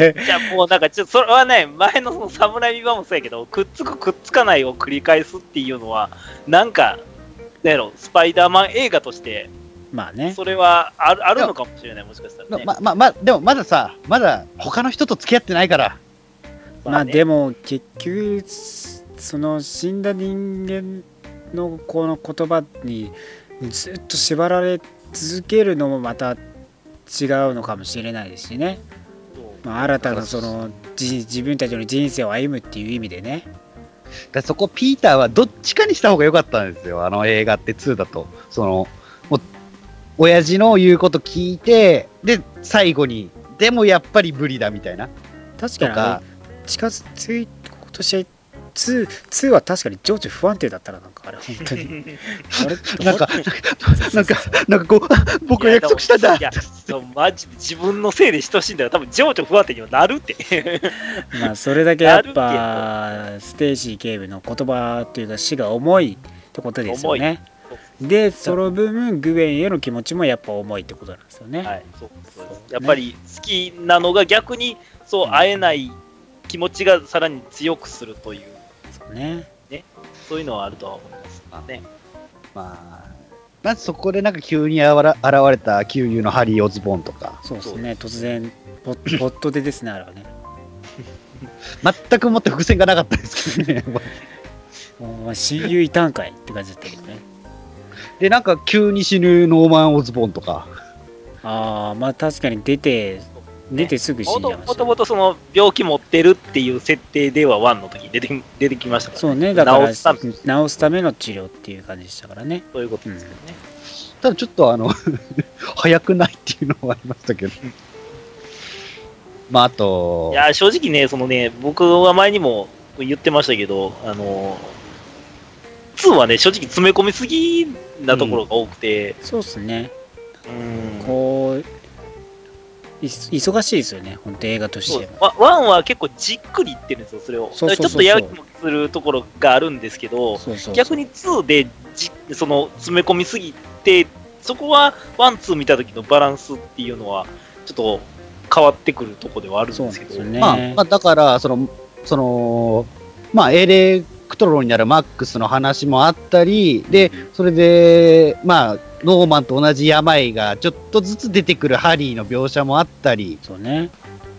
じゃあもうなんかそれはね、前のその侍ビバもそうやけど、くっつくくっつかないを繰り返すっていうのはなんかスパイダーマン映画としてまあね、 それはあるのかもしれない。もしかしたらね。 でもまだ他の人と付き合ってないから。 まあでも結局その死んだ人間のこの言葉にずっと縛られ続けるのもまた違うのかもしれないですしね。まあ、新たなその自分たちの人生を歩むっていう意味でね。 だそこピーターはどっちかにした方が良かったんですよ。映画って2だともう親父の言うこと聞いてで最後にでもやっぱり無理だみたいな。 確かに近づいことして2は確かに情緒不安定だったらなんかあれ本当になんかこう僕は約束したんだ。いやマジで自分のせいで等しいんだよ。多分情緒不安定にはなるってまあそれだけやっぱステイシー警部の言葉というか死が重いってことですよね。でその分グエンへの気持ちもやっぱ重いってことなんですよね。 はい、そうやっぱり好きなのが逆にそう会えない気持ちがさらに強くするという。そういうのはあるとは思いますね。 まずそこでなんか急に現れた旧友のハリー・オズボーンとか。 そうですね。突然ポットでですね、あれはね。 全くもって伏線がなかったですけどね。 親友いたんかいって感じだったけどね。 でなんか急に死ぬノーマン・オズボーンとか。 まあ確かに出てすぐ死んじゃいました。 もともとその病気持っってるっていう設定では1の時に出てきましたからね。 そうね、だから治すための治療っていう感じでしたからね。 そういうことですよね。 ただちょっと早くないっていうのもありましたけど。まああと。 いや、正直ね、僕は前にも言ってましたけど、2はね、正直詰め込みすぎなところが多くて。 そうっすね。こう、忙しいですよね、本当映画としても。 1は結構じっくりいってるんですよ、それを。ちょっとやる気もするところがあるんですけど、逆に2で詰め込みすぎて、そこは1、2見た時のバランスっていうのは、ちょっと変わってくるところではあるんですけど。 ね、 まあ、だから、まあ、エレクトロになるマックスの話もあったり、で、それで、まあ、ノーマンと同じ病がちょっとずつ出てくるハリーの描写もあったり。 そうね。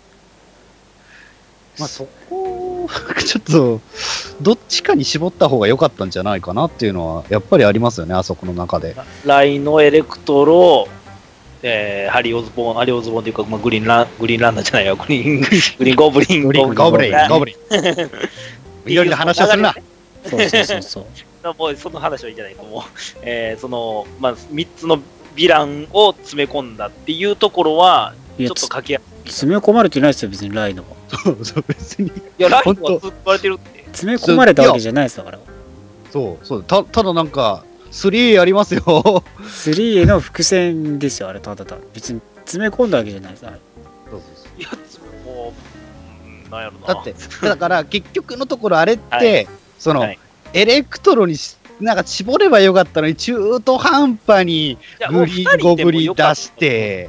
まあ、そこ、ちょっと、どっちかに絞った方が良かったんじゃないかなっていうのは、やっぱりありますよね、あそこの中で。 ライのエレクトロ、ハリー・オズボーンというか、まあ、グリーンランナーじゃないよ、グリーンゴブリン。 ゴブリン。いろいろ話をするな。 そう。 もうその話はいいじゃないか、もう、まあ、3つのヴィランを詰め込んだっていうところは、ちょっと掛け合い。 詰め込まれてないですよ、別にライのは。 そう、別に。いや、ライのはずっと言われてるって。 詰め込まれたわけじゃないですだから。 そう、ただなんか、3ありますよ。 3への伏線ですよ、あれ、ただ。別に詰め込んだわけじゃないです、あれ。 いや、もう、なんやろな。 だって、だから結局のところあれって、エレクトロになんか絞ればよかったのに、中途半端にグリーンゴブリン出して、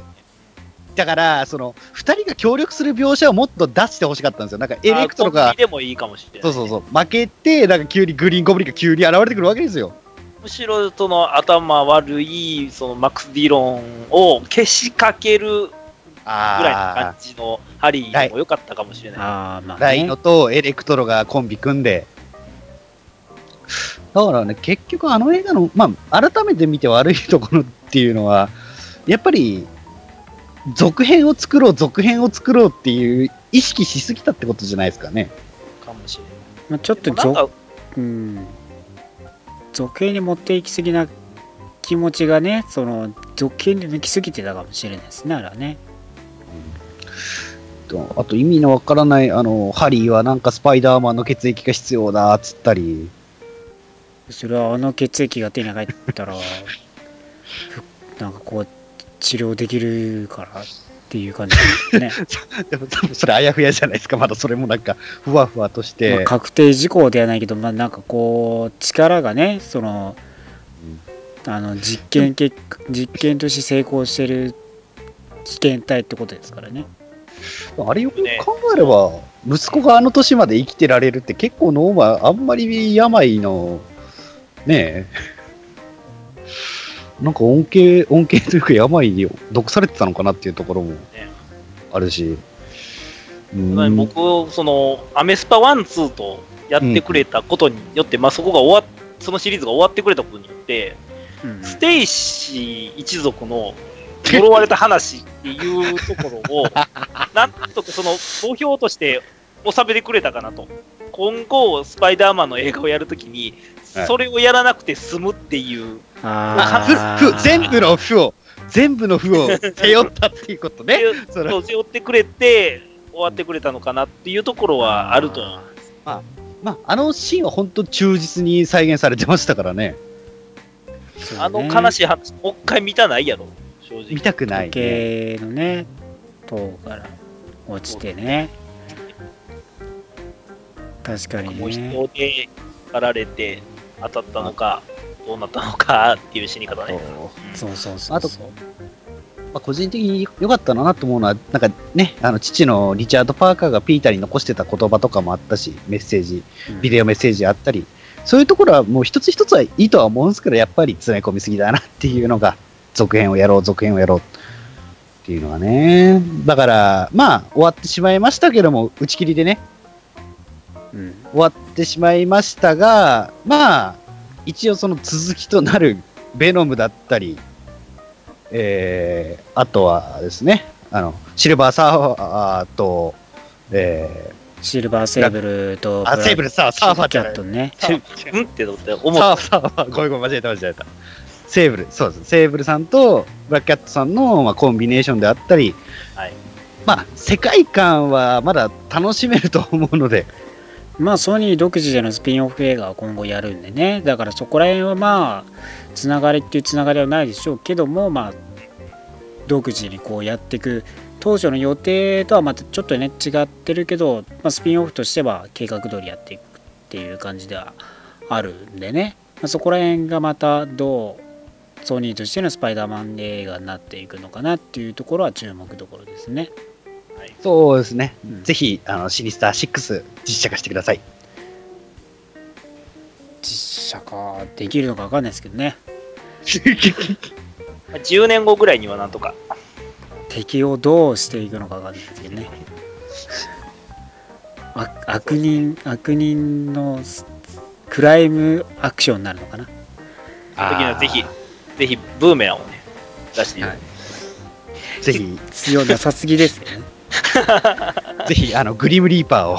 だから、2人が協力する描写をもっと出してほしかったんですよ。なんかエレクトロが、 でもいいかもしれない。 そう、負けて、なんか急にグリーンゴブリンが急に現れてくるわけですよ。 むしろ、頭悪い、マックス・ディロンを消しかけるぐらいの感じのハリーも良かったかもしれない。 まあね、 ライノとエレクトロがコンビ組んで、だからね、結局あの映画の、まあ、改めて見て悪いところっていうのは、やっぱり、続編を作ろうっていう意識しすぎたってことじゃないですかね。 かもしれない。 まあ、ちょっと続編に持っていきすぎな気持ちがね、続編で抜きすぎてたかもしれないですね、あれはね。 あと意味のわからないハリーはなんかスパイダーマンの血液が必要だっつったり、 それは血液が手に入ったらなんかこう治療できるからっていう感じですね。 でも多分それあやふやじゃないですか。まだそれもなんかふわふわとして、 まあ、確定事項ではないけど、まあ、なんかこう力がね実験として成功してる被験体ってことですからね。 あれよく考えれば、息子があの年まで生きてられるって結構ノーマあんまり病のねえなんか恩恵というか病に毒されてたのかなっていうところもあるし、 僕アメスパ1、2とやってくれたことによって、まあそこがそのシリーズが終わってくれたことによって、ステイシー一族の呪われた話っていうところをなんとか目標として収めてくれたかなと。今後スパイダーマンの映画をやるときにそれをやらなくて済むっていう、 全部の負を背負ったっていうことね。 背負ってくれて終わってくれたのかなっていうところはあると思います。 まああのシーンは本当忠実に再現されてましたからね。 悲しい話もう一回見たないやろ。正直見たくない、ね。 時計のね、塔から落ちてね。確かにね。 もう人で狩られて当たったのか、どうなったのかっていう死に方ね。 そう。 あと、個人的に良かったなと思うのは、なんかね、父のリチャード・パーカーがピーターに残してた言葉とかもあったし、メッセージ、ビデオメッセージあったり、そういうところはもう一つ一つはいいとは思うんですけど、やっぱり詰め込みすぎだなっていうのが、続編をやろうっていうのはね。だからまあ終わってしまいましたけども、打ち切りでね、終わってしまいましたが、まあ一応その続きとなるベノムだったり、あとはですね、シルバーサーファーと、 シルバーセーブルとセーブルサーファーキャットね。 うんって思った。 サーファー、ごめん間違えた。セーブル、そうです。セーブルさんとブラックキャットさんの、まあ、コンビネーションであったり、 はい。 まあ、世界観はまだ楽しめると思うので。 まあ、ソニー独自でのスピンオフ映画は今後やるんでね。だからそこら辺はまあ、つながりっていうつながりはないでしょうけども、まあ、独自にこうやっていく。当初の予定とはまたちょっとね違ってるけど、まあ、スピンオフとしては計画通りやっていくっていう感じではあるんでね、まあ、そこら辺がまたどうソニーとしてのスパイダーマン映画になっていくのかなっていうところは注目どころですね。 はい、そうですね、ぜひシニスター6実写化してください。 実写化できるのか分かんないですけどね 10年後ぐらいにはなんとか敵をどうしていくのか分かんないですけどね悪人のクライムアクションになるのかな。 時にはぜひブーメランをね出している、はい、 ぜひ必要なさすぎですよねぜひグリムリーパーを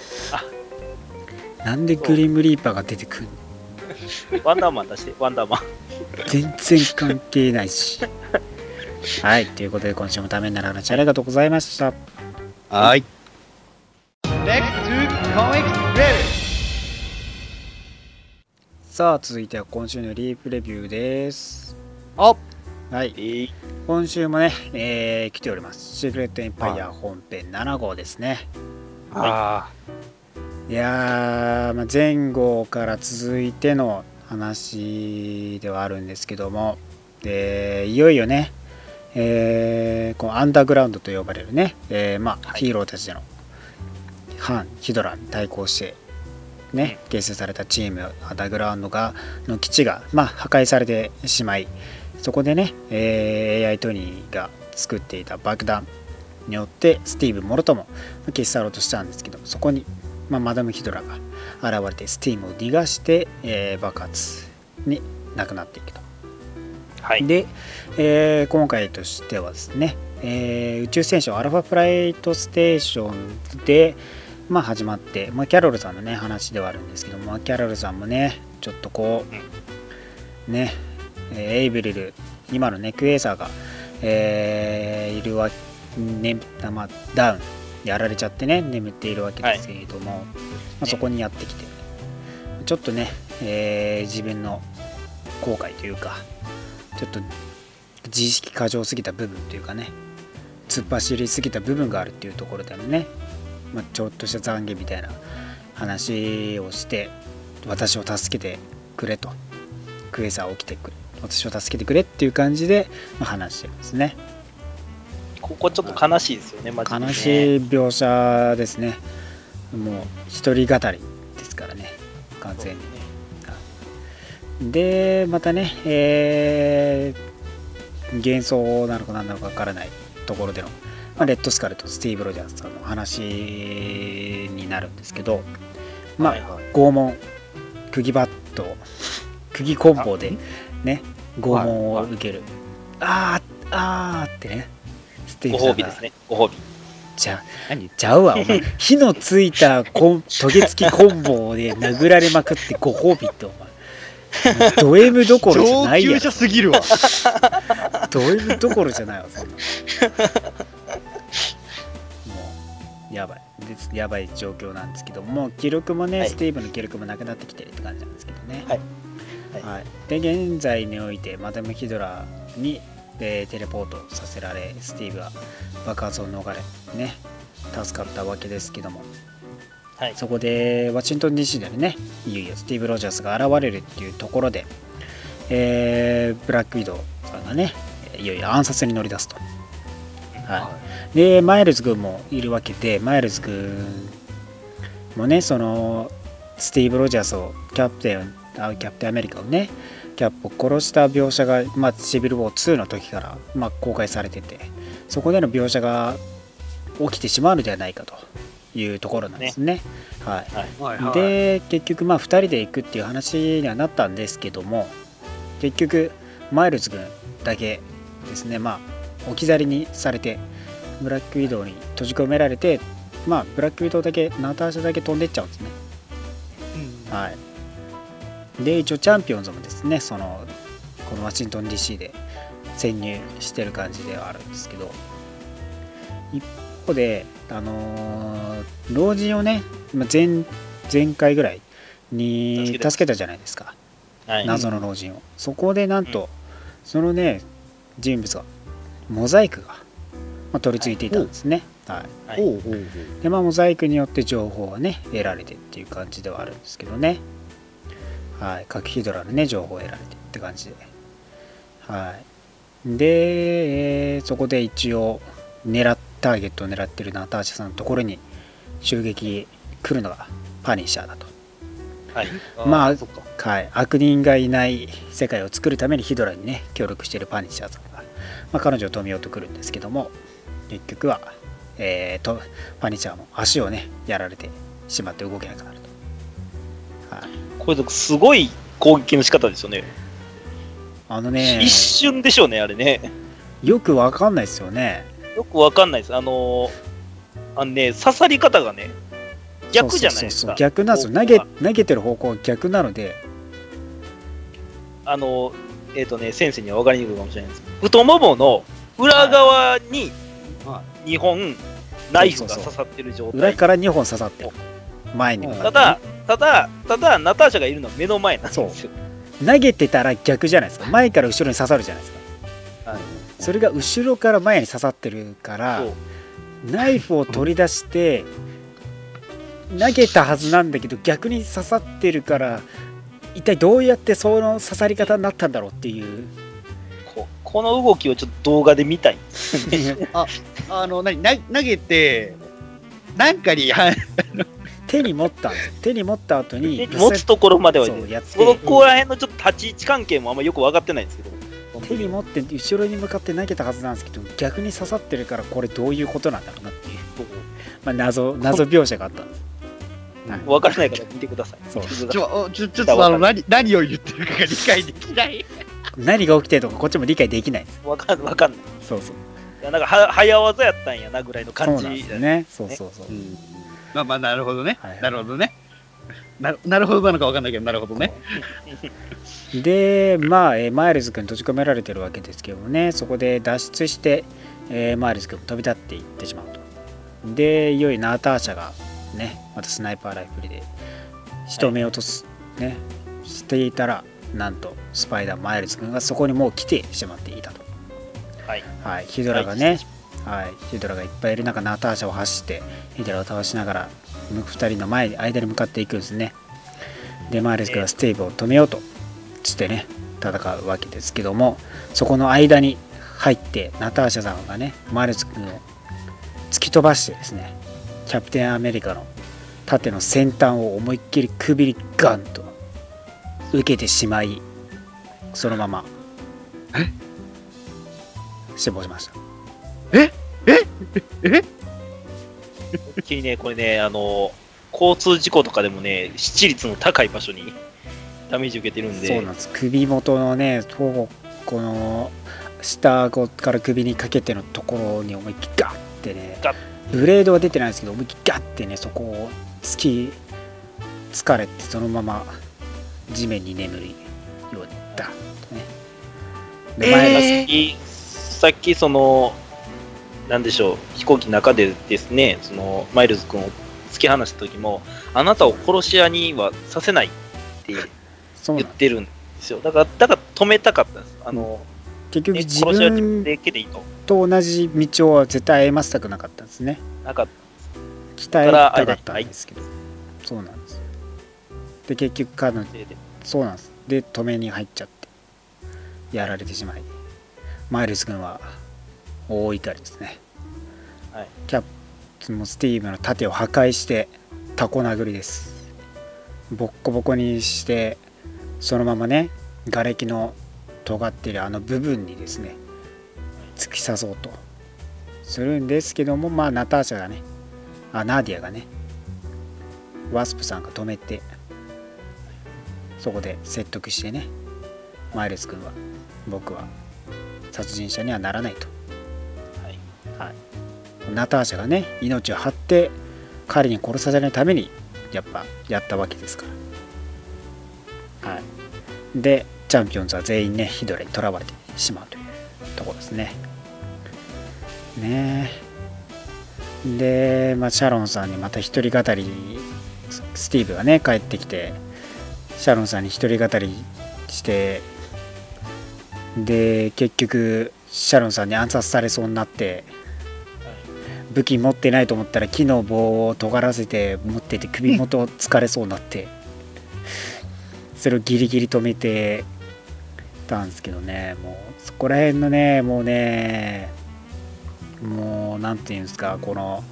なんでグリムリーパーが出てくるのワンダーマン出してワンダーマン全然関係ないしはい、ということで今週もためになる話ありがとうございました。 はい。 さあ続いては今週のリープレビューです。 はい 、今週もね、来ております。シークレットエンパイア本編7号ですね。いやー、まあ、前後から続いての話ではあるんですけども、いよいよね、こうアンダーグラウンドと呼ばれるね、まあ、ヒーローたちでの反ヒドラに対抗してね、形成されたチームアンダーグラウンドの基地が、まあ、破壊されてしまい、そこでね、AI トニーが作っていた爆弾によってスティーブもろとも消し去ろうとしたんですけど、そこに、まあ、マダムヒドラが現れてスティームを逃がして、爆発になくなっていくと。 はい、 で、今回としてはですね、宇宙ステーションアルファフライトステーションで、まあ、始まって、まあ、キャロルさんのね話ではあるんですけども、キャロルさんもねちょっとこうね、エイブリル今のねクエーサーが、いるわね、まあ、ダウンやられちゃってね眠っているわけですけれども、まあ、そこにやってきてちょっとね、自分の後悔というかちょっと自意識過剰すぎた部分というかね突っ走りすぎた部分があるっていうところでもね、まあ、ちょっとした懺悔みたいな話をして私を助けてくれとクエーサー起きてくれ私を助けてくれっていう感じで、まあ、話してるんですね。 ここちょっと悲しいですよね、マジでね。 悲しい描写ですね。もう一人語りですからね完全にね。でまたね、幻想なのか何なのか分からないところでの、まあ、レッドスカルとスティーブ・ロジャースさんの話になるんですけど、まあ、拷問釘バット釘コンボでね拷問を受ける、あーってねスティーブさんがご褒美ですね、ご褒美ちゃうわお前火のついたトゲ付きコンボで殴られまくってご褒美ってお前ド M どころじゃないやん。 上級者すぎるわド M どころじゃないわそんなもうやばい状況なんですけども、記録もね、スティーブの記録もなくなってきてるって感じなんですけどね。で現在においてマダムヒドラに、テレポートさせられスティーブは爆発を逃れね助かったわけですけども、そこでワシントン DC でねいよいよスティーブ・ロジャースが現れるっていうところで、ブラックウィドウさんがねいよいよ暗殺に乗り出すと、でマイルズ軍もいるわけで、マイルズ軍もねそのスティーブ・ロジャースをキャプテンアメリカをねキャップを殺した描写が、まあ、シビル・ウォー2の時から、まあ、公開されてて、そこでの描写が起きてしまうのではないかというところなんですね。で結局まあ2人で行くっていう話にはなったんですけども、結局マイルズ軍だけですね、まあ置き去りにされてブラックウィドウに閉じ込められてまあブラックウィドウだけナターシャだけ飛んでっちゃうんですね。はい。で一応チャンピオンズもですねこのワシントン DC で潜入してる感じではあるんですけど、一方で老人をね前回ぐらいに助けたじゃないですか、はい、謎の老人を。そこでなんと、そのね人物がモザイクが、取り付いていたんですね。はい。でモザイクによって情報がね得られてっていう感じではあるんですけどね。はい。各ヒドラのね情報を得られてって感じで。はい。で、そこで一応ターゲットを狙ってるナターシャさんのところに襲撃来るのがパニッシャーだと。はい。まあ、はい、悪人がいない世界を作るためにヒドラにね協力しているパニッシャーさんが、彼女を止めようと来るんですけども、結局は、パニッシャーも足をねやられてしまって動けなくなると。はい、 これすごい攻撃の仕方ですよね。一瞬でしょうね、あれね。 よくわかんないですよね。 よくわかんないです。刺さり方がね、逆じゃないですか。 逆なんですよ。投げてる方向が逆なので。 先生には分かりにくいかもしれないです。太ももの裏側に2本ナイフが刺さってる状態。 裏から2本刺さってる。前に。 ただ、ナターシャがいるのは目の前なんですよ。 投げてたら逆じゃないですか。前から後ろに刺さるじゃないですか。はい、それが後ろから前に刺さってるから、ナイフを取り出して投げたはずなんだけど逆に刺さってるから、一体どうやってその刺さり方になったんだろうっていう。 この動きをちょっと動画で見たい。 投げてなんかに手に持った後に持つところまではやって、そこら辺のちょっと立ち位置関係もあんまよく分かってないんですけど、 手に持って後ろに向かって投げたはずなんですけど逆に刺さってるから、これどういうことなんだろうなっていう、謎描写があったんです。 分からないから見てください。 ちょっと何を言ってるかが理解できない。 何が起きてるとかこっちも理解できないです。 分かんない。 そうなんか早技やったんやなぐらいの感じ。 そうですね。そう。 まあなるほどね。なるほどね。なるほどなのか分かんないけど、なるほどね。 で、マイルズ君閉じ込められてるわけですけどね、そこで脱出して、マイルズ君飛び立っていってしまうと。で、いよいよナターシャがね、またスナイパーライフルで仕留めようとね、していたら、なんとスパイダーマイルズ君がそこにもう来てしまっていたと。はい。ヒドラがね、ヒドラがいっぱいいる中、ナターシャを走ってヒドラを倒しながら2人の間に向かっていくんですね。でマイルズ君はスティーブを止めようとしてね戦うわけですけども、そこの間に入ってナターシャさんがねマイルズ君を突き飛ばしてですね、キャプテンアメリカの盾の先端を思いっきり首にガンと受けてしまい、そのまま死亡しました。 ね、これね、交通事故とかでもね、致率の高い場所にダメージ受けてるんで。 そうなんです。首元のね、この下から首にかけてのところに思いっきりガッてね、ブレードは出てないんですけど、思いっきりガッてね、そこを疲れて、そのまま地面に眠るようにダッとね。 で、さっきなんでしょう、飛行機の中でですね、マイルズ君を突き放した時も、あなたを殺し屋にはさせないって言ってるんですよ。だから止めたかったんです。 結局自分と同じ道を絶対歩ませたくなかったんですね。 なかったんです。 鍛えたかったんですけど、そうなんです。で結局彼女そうなんです。で止めに入っちゃってやられてしまい、マイルズ君は大怒りですね。キャプテンもスティーブの盾を破壊してタコ殴りです。ボッコボコにして、そのままね瓦礫の尖っているあの部分にですね突き刺そうとするんですけども、ナターシャがねナディアがねワスプさんが止めて、そこで説得してね、マイルズ君は僕は殺人者にはならないと、ナターシャがね命を張って彼に殺されないためにやっぱやったわけですから。はい。でチャンピオンズは全員ねヒドラに囚われてしまうというところですね。ねで、シャロンさんにまた一人語り、スティーブがね帰ってきてシャロンさんに一人語りして、で結局シャロンさんに暗殺されそうになって、武器持ってないと思ったら木の棒を尖らせて持ってて首元を突かれそうになってそれをギリギリ止めてたんですけどね、もうそこら辺のねもうなんていうんですか、この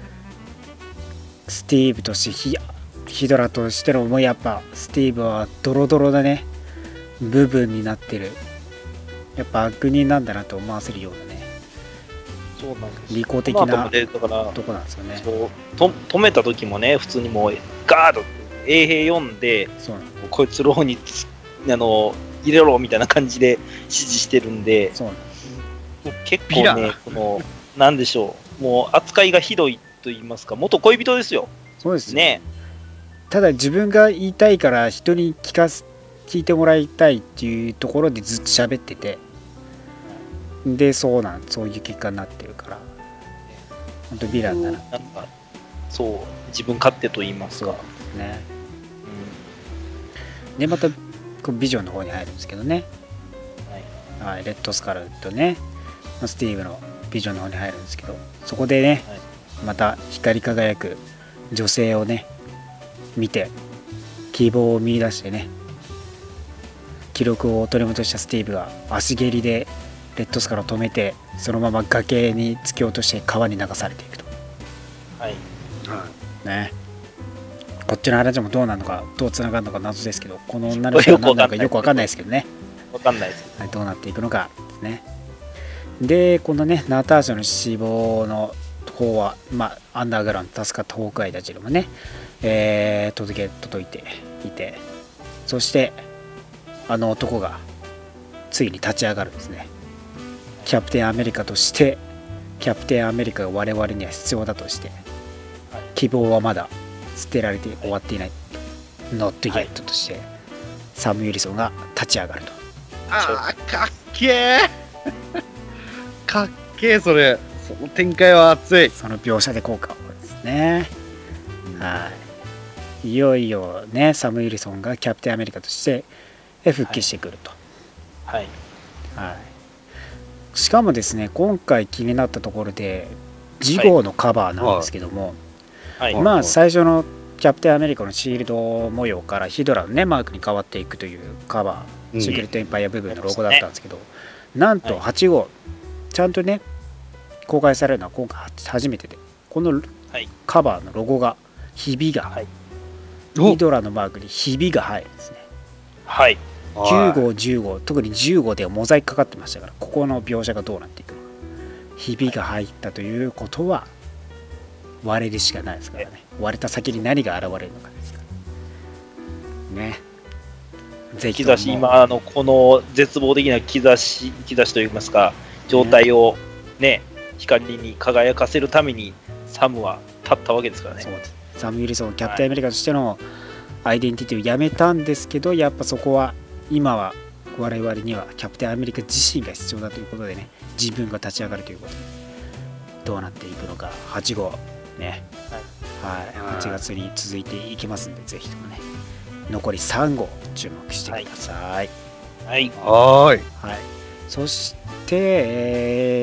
スティーブとしてヒドラとしてのもうやっぱスティーブはドロドロなね部分になってる、やっぱ悪人なんだなと思わせるようなね、 そうなんです利己的なだからとこなんですよね。 そう止めた時もね、普通にもうガード衛兵読んで、こいつローに入れろみたいな感じで指示してるんで、 そう結構ね、なんでしょう、もう扱いがひどいと言いますか、元恋人ですよ。 そうですね。 ただ自分が言いたいから人に聞いてもらいたいっていうところでずっと喋ってて、でそういう結果になってるから、本当ヴィランだな。 なんかそう自分勝手と言いますか。 ね。でまたビジョンの方に入るんですけどね。はい。レッドスカルとね、スティーブのビジョンの方に入るんですけど、そこでね、また光り輝く女性をね見て希望を見出してね、記録を取り戻したスティーブが足蹴りでレッドスカルを止めて、そのまま崖に突き落として川に流されていくと。 はい。 ね。こっちの話もどうなのか、どうつながるのか謎ですけど、この女の人は何なのかよくわかんないですけどね。 わかんないです。 はい、どうなっていくのかですね。で、このね、ナターシャの死亡の方は、アンダーグラウンド助かったホークアイたちにもね、届いていて、そしてあの男がついに立ち上がるんですね。キャプテンアメリカとして、キャプテンアメリカが我々には必要だとして、希望はまだ捨てられて終わっていない、ノットゲットとして、サム・ユリソンが立ち上がると。 ああ、かっけーかっけー、その展開は熱い。 その描写で効果をですね。はい。いよいよね、サム・ユリソンがキャプテンアメリカとして復帰してくると。 はい。 はい。しかもですね、今回気になったところで、次号のカバーなんですけども、最初のキャプテンアメリカのシールド模様からヒドラのねマークに変わっていくというカバー、シークレットエンパイア部分のロゴだったんですけど、なんと8号、ちゃんとね公開されるのは今回初めてで、このカバーのロゴがひびが、ヒドラのマークにひびが入るんですね。 はい。 9号10号、特に10号ではモザイクかかってましたから、ここの描写がどうなっていくのか、ひびが入ったということは割れるしかないですからね。割れた先に何が現れるのかですからね。 ぜひ兆し、今この絶望的な兆しといいますか、状態をね、光に輝かせるためにサムは立ったわけですからね。 そうです。サム・ユリソンキャプテンアメリカとしてのアイデンティティをやめたんですけど、やっぱそこは今は我々にはキャプテンアメリカ自身が必要だということでね、自分が立ち上がるということで、どうなっていくのか8号ね、はい、8月に続いていきますんで、ぜひともね残り3号注目してください。 はい。 はい。 そして、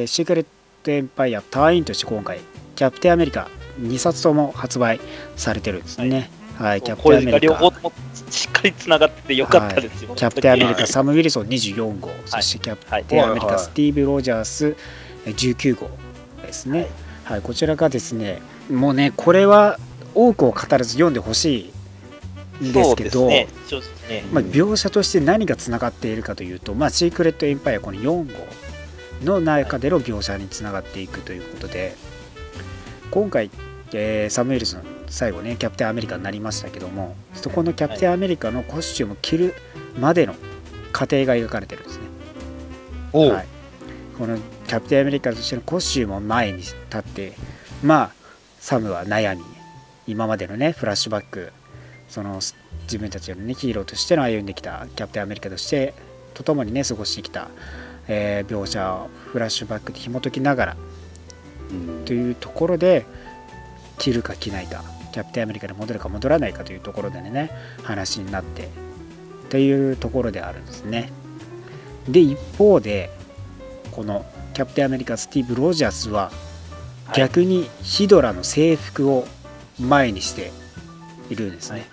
シークレットエンパイア隊員として今回キャプテンアメリカ2冊とも発売されてるんですね。はい、キャプテンアメリカ両方ともしっかりつながっててよかったですよ。 キャプテンアメリカサム・ウィルソン24号、そしてキャプテンアメリカスティーブ・ロジャース19号ですね。はい、こちらがですね、もうねこれは多くを語らず読んでほしいんですけど、描写として何がつながっているかというと、シークレットエンパイアこの4号の中での描写につながっていくということで、今回、サム・ウィルソン最後ねキャプテンアメリカになりましたけども、そこのキャプテンアメリカのコスチュームを着るまでの過程が描かれてるんですね。はい、このキャプテンアメリカとしてのコスチュームを前に立って、サムは悩み今までのねフラッシュバック、その自分たちのねヒーローとしての歩んできたキャプテンアメリカとしてとともにね過ごしてきた、描写をフラッシュバックで紐解きながら、というところで着るか着ないか、キャプテンアメリカに戻るか戻らないかというところでね話になってっていうところであるんですね。で一方でこのキャプテンアメリカスティーブ・ロジャースは逆にヒドラの制服を前にしているんですね。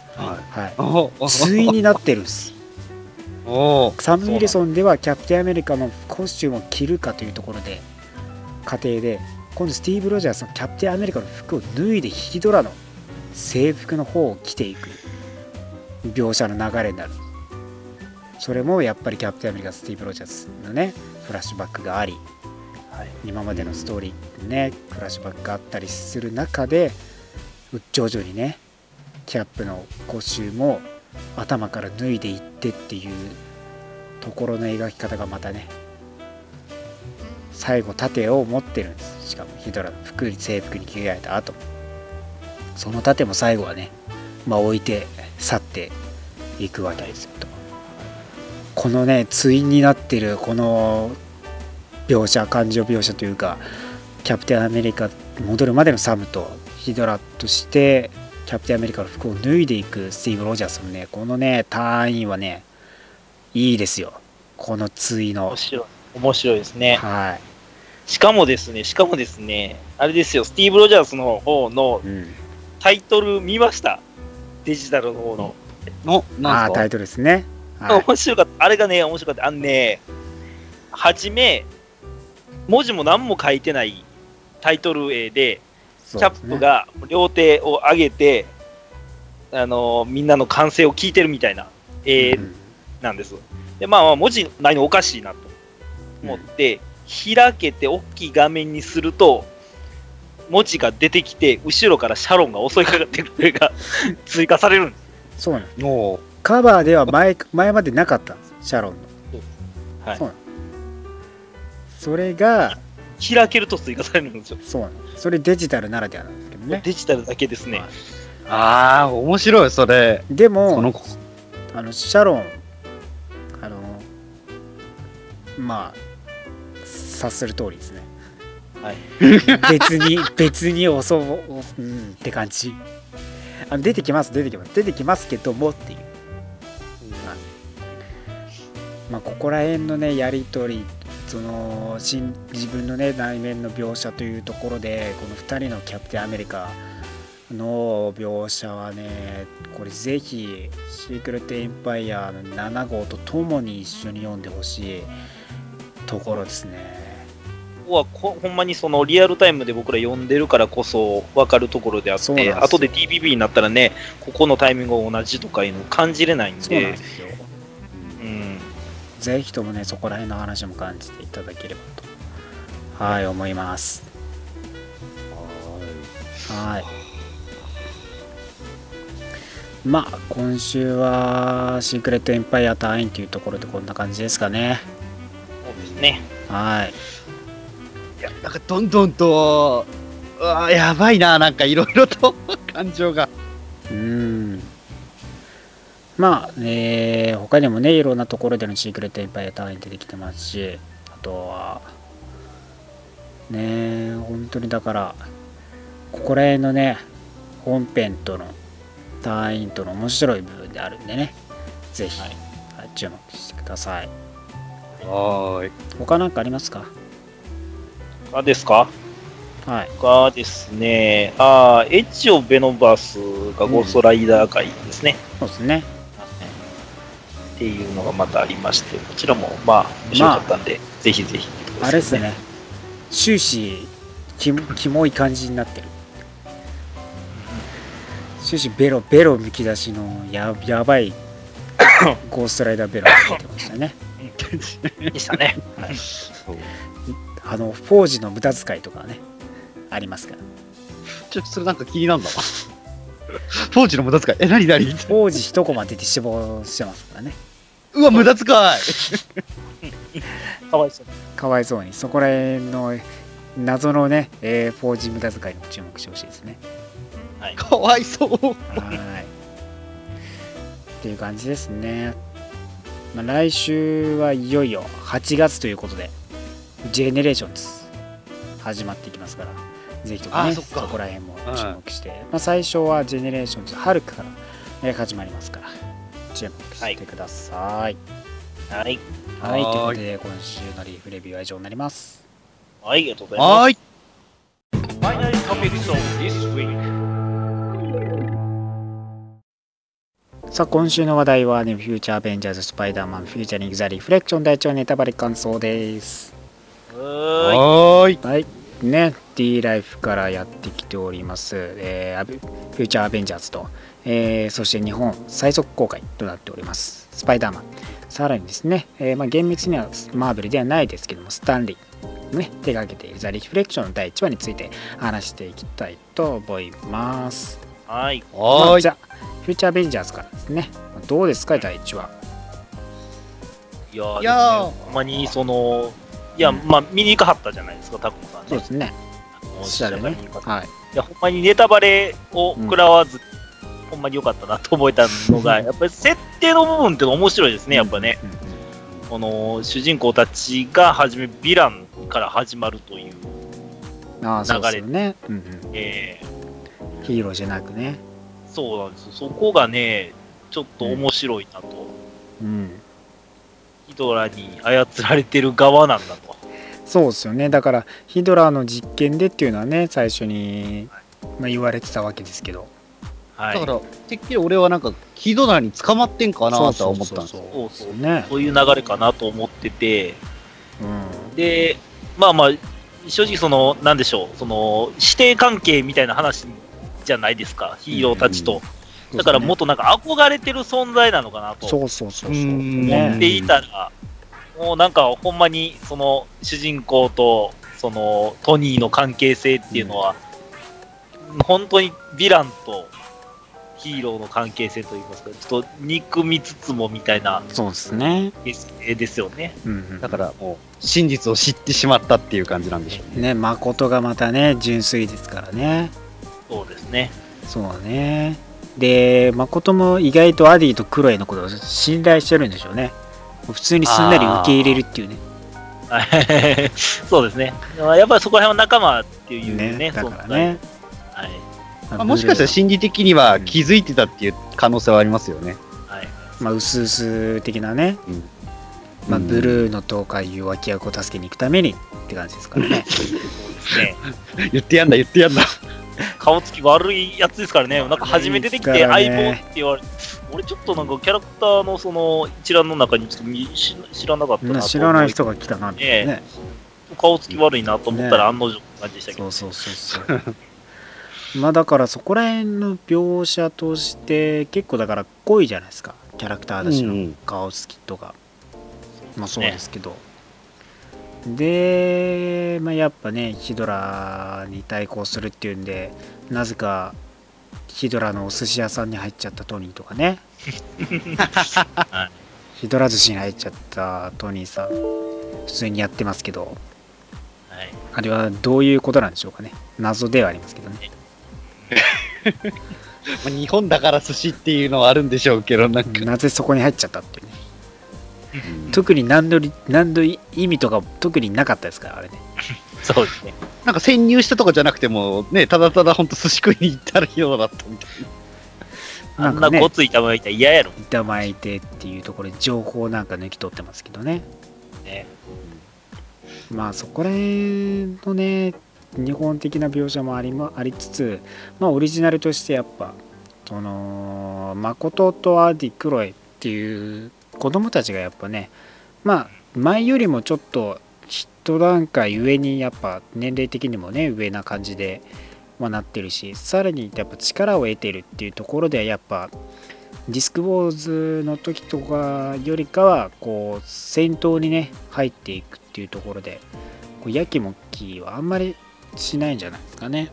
対になってるんです。サム・ウィルソンではキャプテンアメリカのコスチュームを着るかというところで過程で、今度スティーブ・ロジャースのキャプテンアメリカの服を脱いでヒドラの制服の方を着ていく描写の流れになる。それもやっぱりキャプテンアメリカスティーブ・ロジャースのねフラッシュバックがあり、今までのストーリーねフラッシュバックがあったりする中で徐々にねキャップのコスチュームを頭から脱いでいってっていうところの描き方がまたね、最後盾を持ってるんです。しかもヒドラの制服に着替えた後、その盾も最後はね、置いて去っていくわけですよと。このね対になってるこの描写、感情描写というか、キャプテンアメリカ戻るまでのサムとヒドラとしてキャプテンアメリカの服を脱いでいくスティーブ・ロジャースのねこのね隊員はねいいですよ。この対の面白いですね。 はい。 しかもですねあれですよ、スティーブ・ロジャースの方のタイトル見ました？デジタルの方のタイトルですね。 面白かった。あれがね面白かった。はじめ文字も何も書いてないタイトル絵で、キャップが両手を上げて、みんなの歓声を聞いてるみたいな絵なんです。で、文字ないのおかしいなと思って、開けて大きい画面にすると、文字が出てきて、後ろからシャロンが襲いかかってくるが追加されるんです。 そうなんです。カバーでは前までなかったんです、シャロンの。 はい。 そうなんです。それが開けると追加されるんですよ。 そうなんです。それデジタルならではなんですけどね。 デジタルだけですね。 面白いそれ。 でもシャロン察する通りですね。 はい。 別に襲うって感じ。出てきますけどもっていう。ここら辺のねやり取り、自分のね内面の描写というところで、この2人のキャプテンアメリカの描写はね、これぜひシークレットエンパイアの7号とともに一緒に読んでほしいところですね。 ここはほんまにそのリアルタイムで僕ら読んでるからこそ分かるところであって、後で TPP になったらね、ここのタイミングが同じとかいうの感じれないんで。 そうなんですよ。ぜひともねそこら辺の話も感じていただければと思います。はい。今週はシークレットエンパイア隊員というところでこんな感じですかね。 そうですね。 はい。 いやなんかどんどんとやばいな、なんかいろいろと感情が。 他にもねいろんなところでのシークレットエンパイア隊員出てきてますし、あとはね本当にだからここら辺のね本編との隊員との面白い部分であるんでね、ぜひ、注目してください。他なんかありますか？ 他ですか？ はい。 他ですね、エッジオブベノバスがゴーストライダー会ですね。 そうですね。 っていうのがまたありまして、こちらも面白かったんで、ぜひぜひ、 あれですね、終始キモい感じになってる。終始ベロむき出しのやばいゴーストライダーベロが出てましたね。 でしたね。はい、 フォージの無駄遣いとかねありますから。 ちょっとそれなんか気になるんだわ。フォージの無駄遣い。何フォージ一コマ出て死亡してますからね。 うわ無駄遣い。 かわいそうに。そこら辺の謎のね、フォージ無駄遣いに注目してほしいですね。 はい、 かわいそう。 はい。っていう感じですね。まあ、来週はいよいよ8月ということで、ジェネレーションズ始まっていきますから、ぜひともね、そこら辺も注目して、まあ、最初はジェネレーションズ、春から始まりますから、注目してください。 はい。 はい。ということで、今週のリーフレビューは以上になります。 はい、ありがとうございます。 はい。 Final topics of this week。 さあ、今週の話題はね、フューチャーアベンジャーズ・スパイダーマン、フューチャリング・ザ・リフレクション第1話ネタバレ感想です。 はい。 ね、D ライフからやってきております、フューチャーアベンジャーズと、そして日本最速公開となっております、スパイダーマン。さらにですね、まあ、厳密にはマーベルではないですけども、スタンリー、ね、手がけているザ・リフレクションの第1話について話していきたいと思います。 はい。 まあ、じゃあフューチャーアベンジャーズからですね。どうですか、第1話。 いやー、ほんまにまあ、見に行かはったじゃないですか、タクモさんね。 そうですね。 はい。いや、ほんまにネタバレを食らわず、ほんまに良かったなと思えたのが、やっぱり設定の部分っての面白いですね、やっぱね。主人公たちがはじめ、ヴィランから始まるという流れね。ヒーローじゃなくね。 そうなんですよ。そこがね、ちょっと面白いなと。ヒドラに操られてる側なんだと。 そうですよね。だからヒドラの実験でっていうのはね、最初に、まあ、言われてたわけですけど、 はい、 だからてっきり俺はなんかヒドラに捕まってんかなとは思ったんですよ。 そういう流れかなと思ってて、でまあ正直なんでしょう、師弟関係みたいな話じゃないですか、ヒーローたちと。だからもっとなんか憧れてる存在なのかなと思っていたら、もうなんかほんまに主人公とトニーの関係性っていうのは、本当にヴィランとヒーローの関係性といいますか、ちょっと憎みつつもみたいな、 そうですね。 ですよね。 だからもう真実を知ってしまったっていう感じなんでしょうね。 誠がまたね、純粋ですからね。 そうですね。 そうね。で、誠も意外とアディとクロエのことを信頼してるんでしょうね。普通にすんなり受け入れるっていうね。 そうですね。やっぱりそこら辺は仲間っていうね、 だからね。 はい。 まあ、もしかしたら心理的には気づいてたっていう可能性はありますよね。 はい。 まあ、うすうす的なね。まあ、ブルーのとかいう脇役を助けに行くためにって感じですからね。 そうですね。 言ってやんだ。 顔つき悪いやつですからね。なんか初めてできて相棒って言われて、俺ちょっとなんかキャラクターの一覧の中にちょっと知らなかったなと。 知らない人が来たなってね。 顔つき悪いなと思ったら案の定の感じでしたけど。 そう。まあだからそこら辺の描写として結構だから濃いじゃないですか。キャラクターたちの顔つきとか。まあそうですけど。で、まあ、やっぱね、ヒドラに対抗するっていうんで、なぜかヒドラのお寿司屋さんに入っちゃったトニーとかね。ヒドラ寿司に入っちゃったトニーさん、普通にやってますけど、あれはどういうことなんでしょうかね。謎ではありますけどね。 日本だから寿司っていうのはあるんでしょうけど、なぜそこに入っちゃったっていうね。特に何度意味とか特になかったですから、あれね。 そうですね。 なんか潜入したとかじゃなくてもね、ただただ本当寿司食いに行ったらようだったみたいな。あんなごつい板巻いたら嫌やろ。 板巻いてっていうところで情報なんか抜き取ってますけどね。まあそこら辺のね、日本的な描写もありつつ、まあオリジナルとしてやっぱ誠とアディ・クロエっていう子供たちがやっぱね、まあ前よりもちょっと一段階上にやっぱ年齢的にもね上な感じでなってるし、さらにやっぱ力を得てるっていうところではやっぱディスクウォーズの時とかよりかはこう戦闘にね入っていくっていうところでこうやきもきはあんまりしないんじゃないですかね。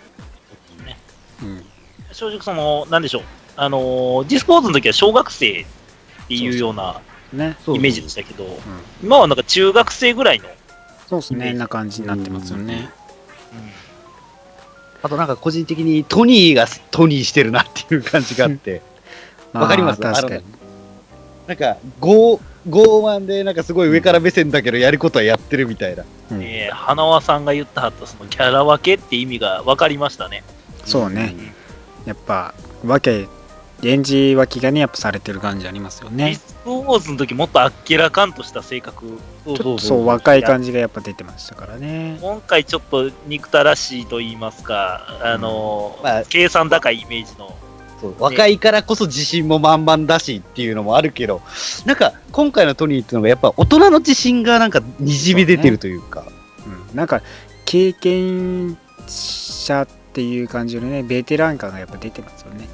正直なんでしょう、ディスクウォーズの時は小学生っていうようなイメージでしたけど、今はなんか中学生ぐらいのそうですねな感じになってますよね。 あとなんか個人的にトニーがトニーしてるなっていう感じがあって。わかります？ 確かに。 なんか、傲慢で、なんかすごい上から目線だけど、やることはやってるみたいな。 花輪さんが言ったはったそのキャラ分けって意味が分かりましたね。 そうね。やっぱ、演じ分けがね、やっぱされてる感じありますよね。 ディスクウォーズの時もっとあっけらかんとした性格。 そう、若い感じがやっぱ出てましたからね。 今回ちょっと憎たらしいと言いますか、計算高いイメージの。 若いからこそ自信も満々だしっていうのもあるけど、なんか今回のトニーっていうのがやっぱ大人の自信がなんかにじみ出てるというか、 なんか経験者っていう感じのね、ベテラン感がやっぱ出てますよね。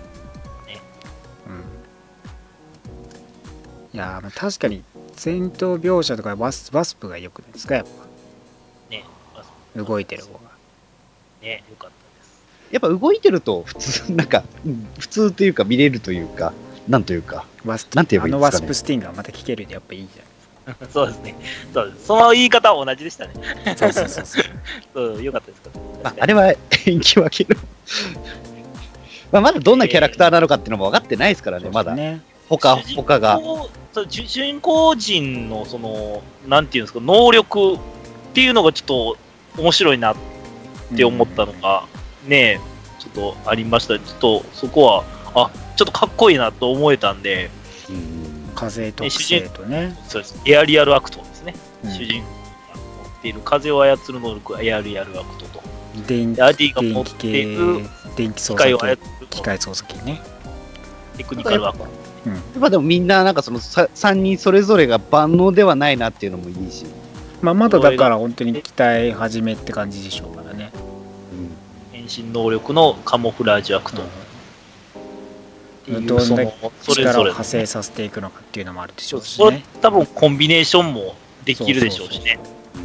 いやまあ確かに戦闘描写とかワスプがよくないですか、やっぱ。 ね、 動いてる方が。 ね、よかった。 やっぱ動いてると普通、なんか、普通っていうか見れるというか、なんというか、 なんて言えばいいんですかね。ワスプスティンがまた聞けるでやっぱいいじゃないですか。 そうですね。そうです。その言い方は同じでしたね。 そうそう。よかったですか。 あれは延期分ける。まだどんなキャラクターなのかっていうのも分かってないですからね、まだ。他が。 主人公陣のその、なんていうんですか、能力っていうのがちょっと面白いなって思ったのが、ね、ちょっとありました。ちょっとそこは、ちょっとかっこいいなと思えたんで、 風特性とね。 そうです。エアリアルアクトですね。主人公が持っている風を操る能力はエアリアルアクトと。 電気が持っている機械を操る機械操作機ね。 テクニカルアクト。 やっぱでもみんななんかその3人それぞれが万能ではないなっていうのもいいし。 まだだから本当に期待始めって感じでしょうからね。 変身能力のカモフラージュアクト。 どんだけ力を派生させていくのかっていうのもあるでしょうしね。 それ多分コンビネーションもできるでしょうしね。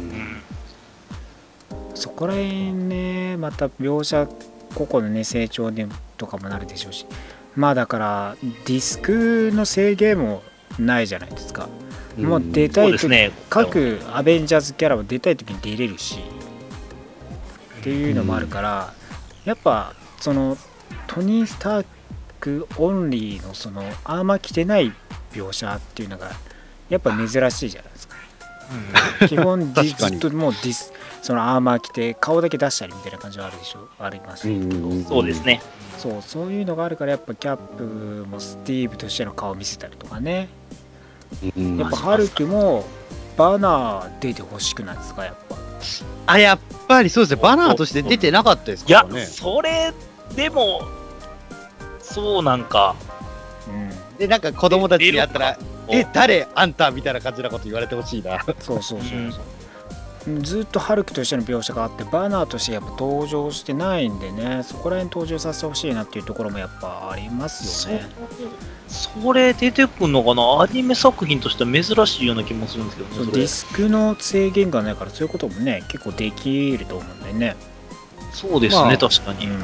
そこら辺ね、また描写個々のね成長でとかもなるでしょうし、だからディスクの制限もないじゃないですか。もう出たい時、各アベンジャーズキャラは出たい時に出れるしっていうのもあるから、やっぱそのトニー・スタークオンリーのそのアーマー着てない描写っていうのがやっぱ珍しいじゃないですか。基本ずっともうそのアーマー着て顔だけ出したりみたいな感じはあるでしょ、ありますけど。 そうですね。 そういうのがあるからやっぱキャップもスティーブとしての顔を見せたりとかね。やっぱハルクもバナー出てほしくないですか、やっぱ。 やっぱりそうですね、バナーとして出てなかったですからね。 いや、それでもそうなんか。 でなんか子供たちにやったら誰あんたみたいな感じなこと言われてほしいな。 そうずっとハルクとしての描写があってバナーとしてやっぱ登場してないんでね、そこら辺登場させてほしいなっていうところもやっぱありますよね。 それ出てくるのかな、アニメ作品としては珍しいような気もするんですけどね。 ディスクの制限がないからそういうこともね結構できると思うんでね。 そうですね、確かに。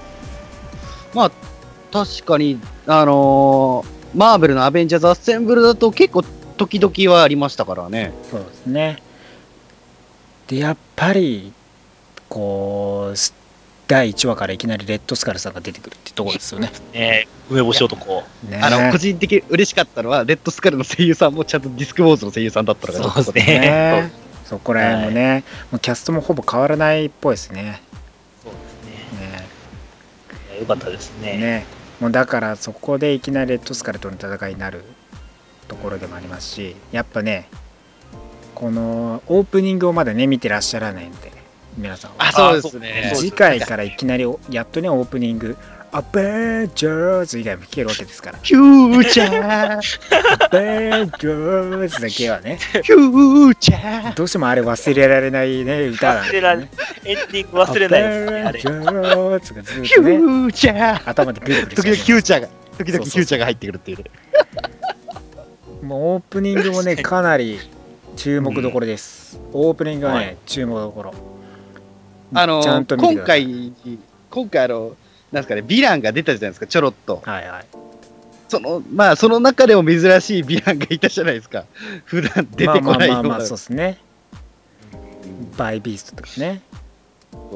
確かにマーベルのアベンジャーズアッセンブルだと結構時々はありましたからね。 そうですね。でやっぱりこう第1話からいきなりレッドスカルさんが出てくるっていうところですよね。 梅干し男。 個人的に嬉しかったのはレッドスカルの声優さんもちゃんとディスクウォーズの声優さんだったのがそうですね。 そこら辺もね、もうキャストもほぼ変わらないっぽいですね。 そうですね。よかったですね。 もうだからそこでいきなりレッドスカルとの戦いになるところでもありますし、やっぱねこのオープニングをまだね見てらっしゃらないんで皆さんは。 そうですね。 次回からいきなりやっとねオープニングアベンジャーズ以外も聞けるわけですから。 フューチャーアベンジャーズだけはね。 フューチャーどうしてもあれ忘れられないね歌なんで、ね。 エンディング忘れないですね。 アベンジャーズがずっとね。 フューチャー頭でグルグル時々フューチャーが入ってくるっていうね。 もうオープニングもねかなり注目どころです。オープニングはね、注目どころ。ちゃんと見てください。 今回なんですかね、ヴィランが出たじゃないですか、ちょろっと。 はいはい。 その中でも珍しいヴィランがいたじゃないですか。普段出てこないような。 そうですね。バイビーストとかね。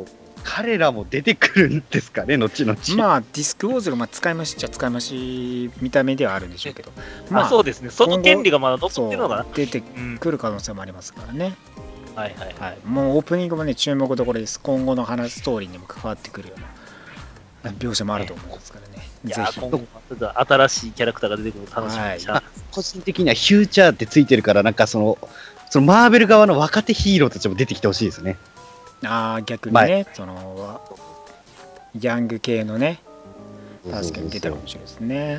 彼らも出てくるんですかね、後々。 まあディスクウォーズの使い回しっちゃ使い回し見た目ではあるんでしょうけど、 まあそうですね、その権利がまだ残ってるのかな。 出てくる可能性もありますからね。 はいはいはい。 もうオープニングもね、注目どころです。今後の話ストーリーにも関わってくるような描写もあると思いますからね。 いや今後新しいキャラクターが出てくるの楽しみでした。 個人的にはフューチャーってついてるから、なんかそのマーベル側の若手ヒーローたちも出てきてほしいですね。 逆にね、そのヤング系のね、確かに出たら面白いですね。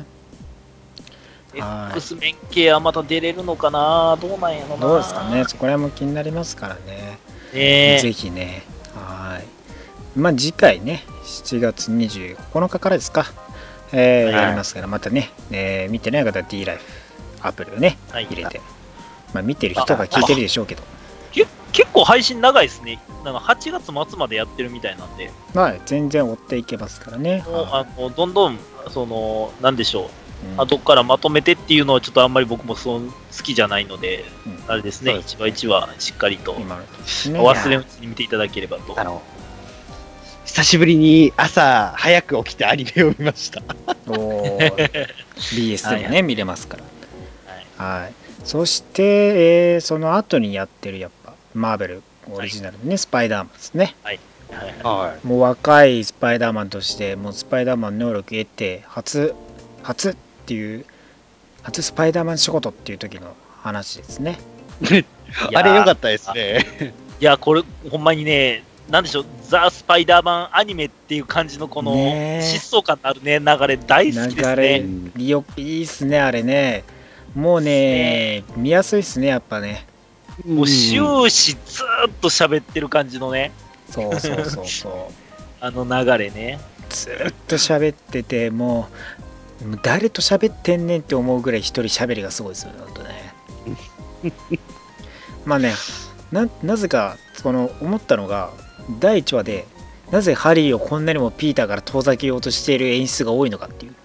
X メン系はまた出れるのかな、どうなんやろな。 どうですかね、そこら辺も気になりますからね。ぜひね。まあ次回ね、7月29日からですか、やりますから、またね、見てない方は D ライフアプリをね、入れて、まあ見てる人が聞いてるでしょうけど。 結構配信長いですね。8月末までやってるみたいなんで。 全然追っていけますからね。 どんどん、なんでしょう。後からまとめてっていうのはちょっとあんまり僕も好きじゃないので、あれですね、1話1話しっかりと忘れうちに見ていただければと。 久しぶりに朝早く起きてアニメを見ました。 BS でもね、見れますから。そして、その後にやってるやっぱマーベルオリジナルのね、スパイダーマンですね。もう若いスパイダーマンとして、もうスパイダーマン能力得て初っていう初スパイダーマン仕事っていう時の話ですね。 あれ良かったですね。 いや、これほんまにね、なんでしょう、ザ・スパイダーマンアニメっていう感じのこの疾走感のあるね、流れ大好きですね。 いいっすね、あれね。もうね、見やすいっすね、やっぱね。 もう終始ずーっと喋ってる感じのね。 そうあの流れね。 ずーっと喋ってて、もう誰と喋ってんねんって思うぐらい一人喋りがすごいですよね、ほんとね。まあね、なぜか思ったのが、第1話でなぜハリーをこんなにもピーターから遠ざけようとしている演出が多いのかっていう。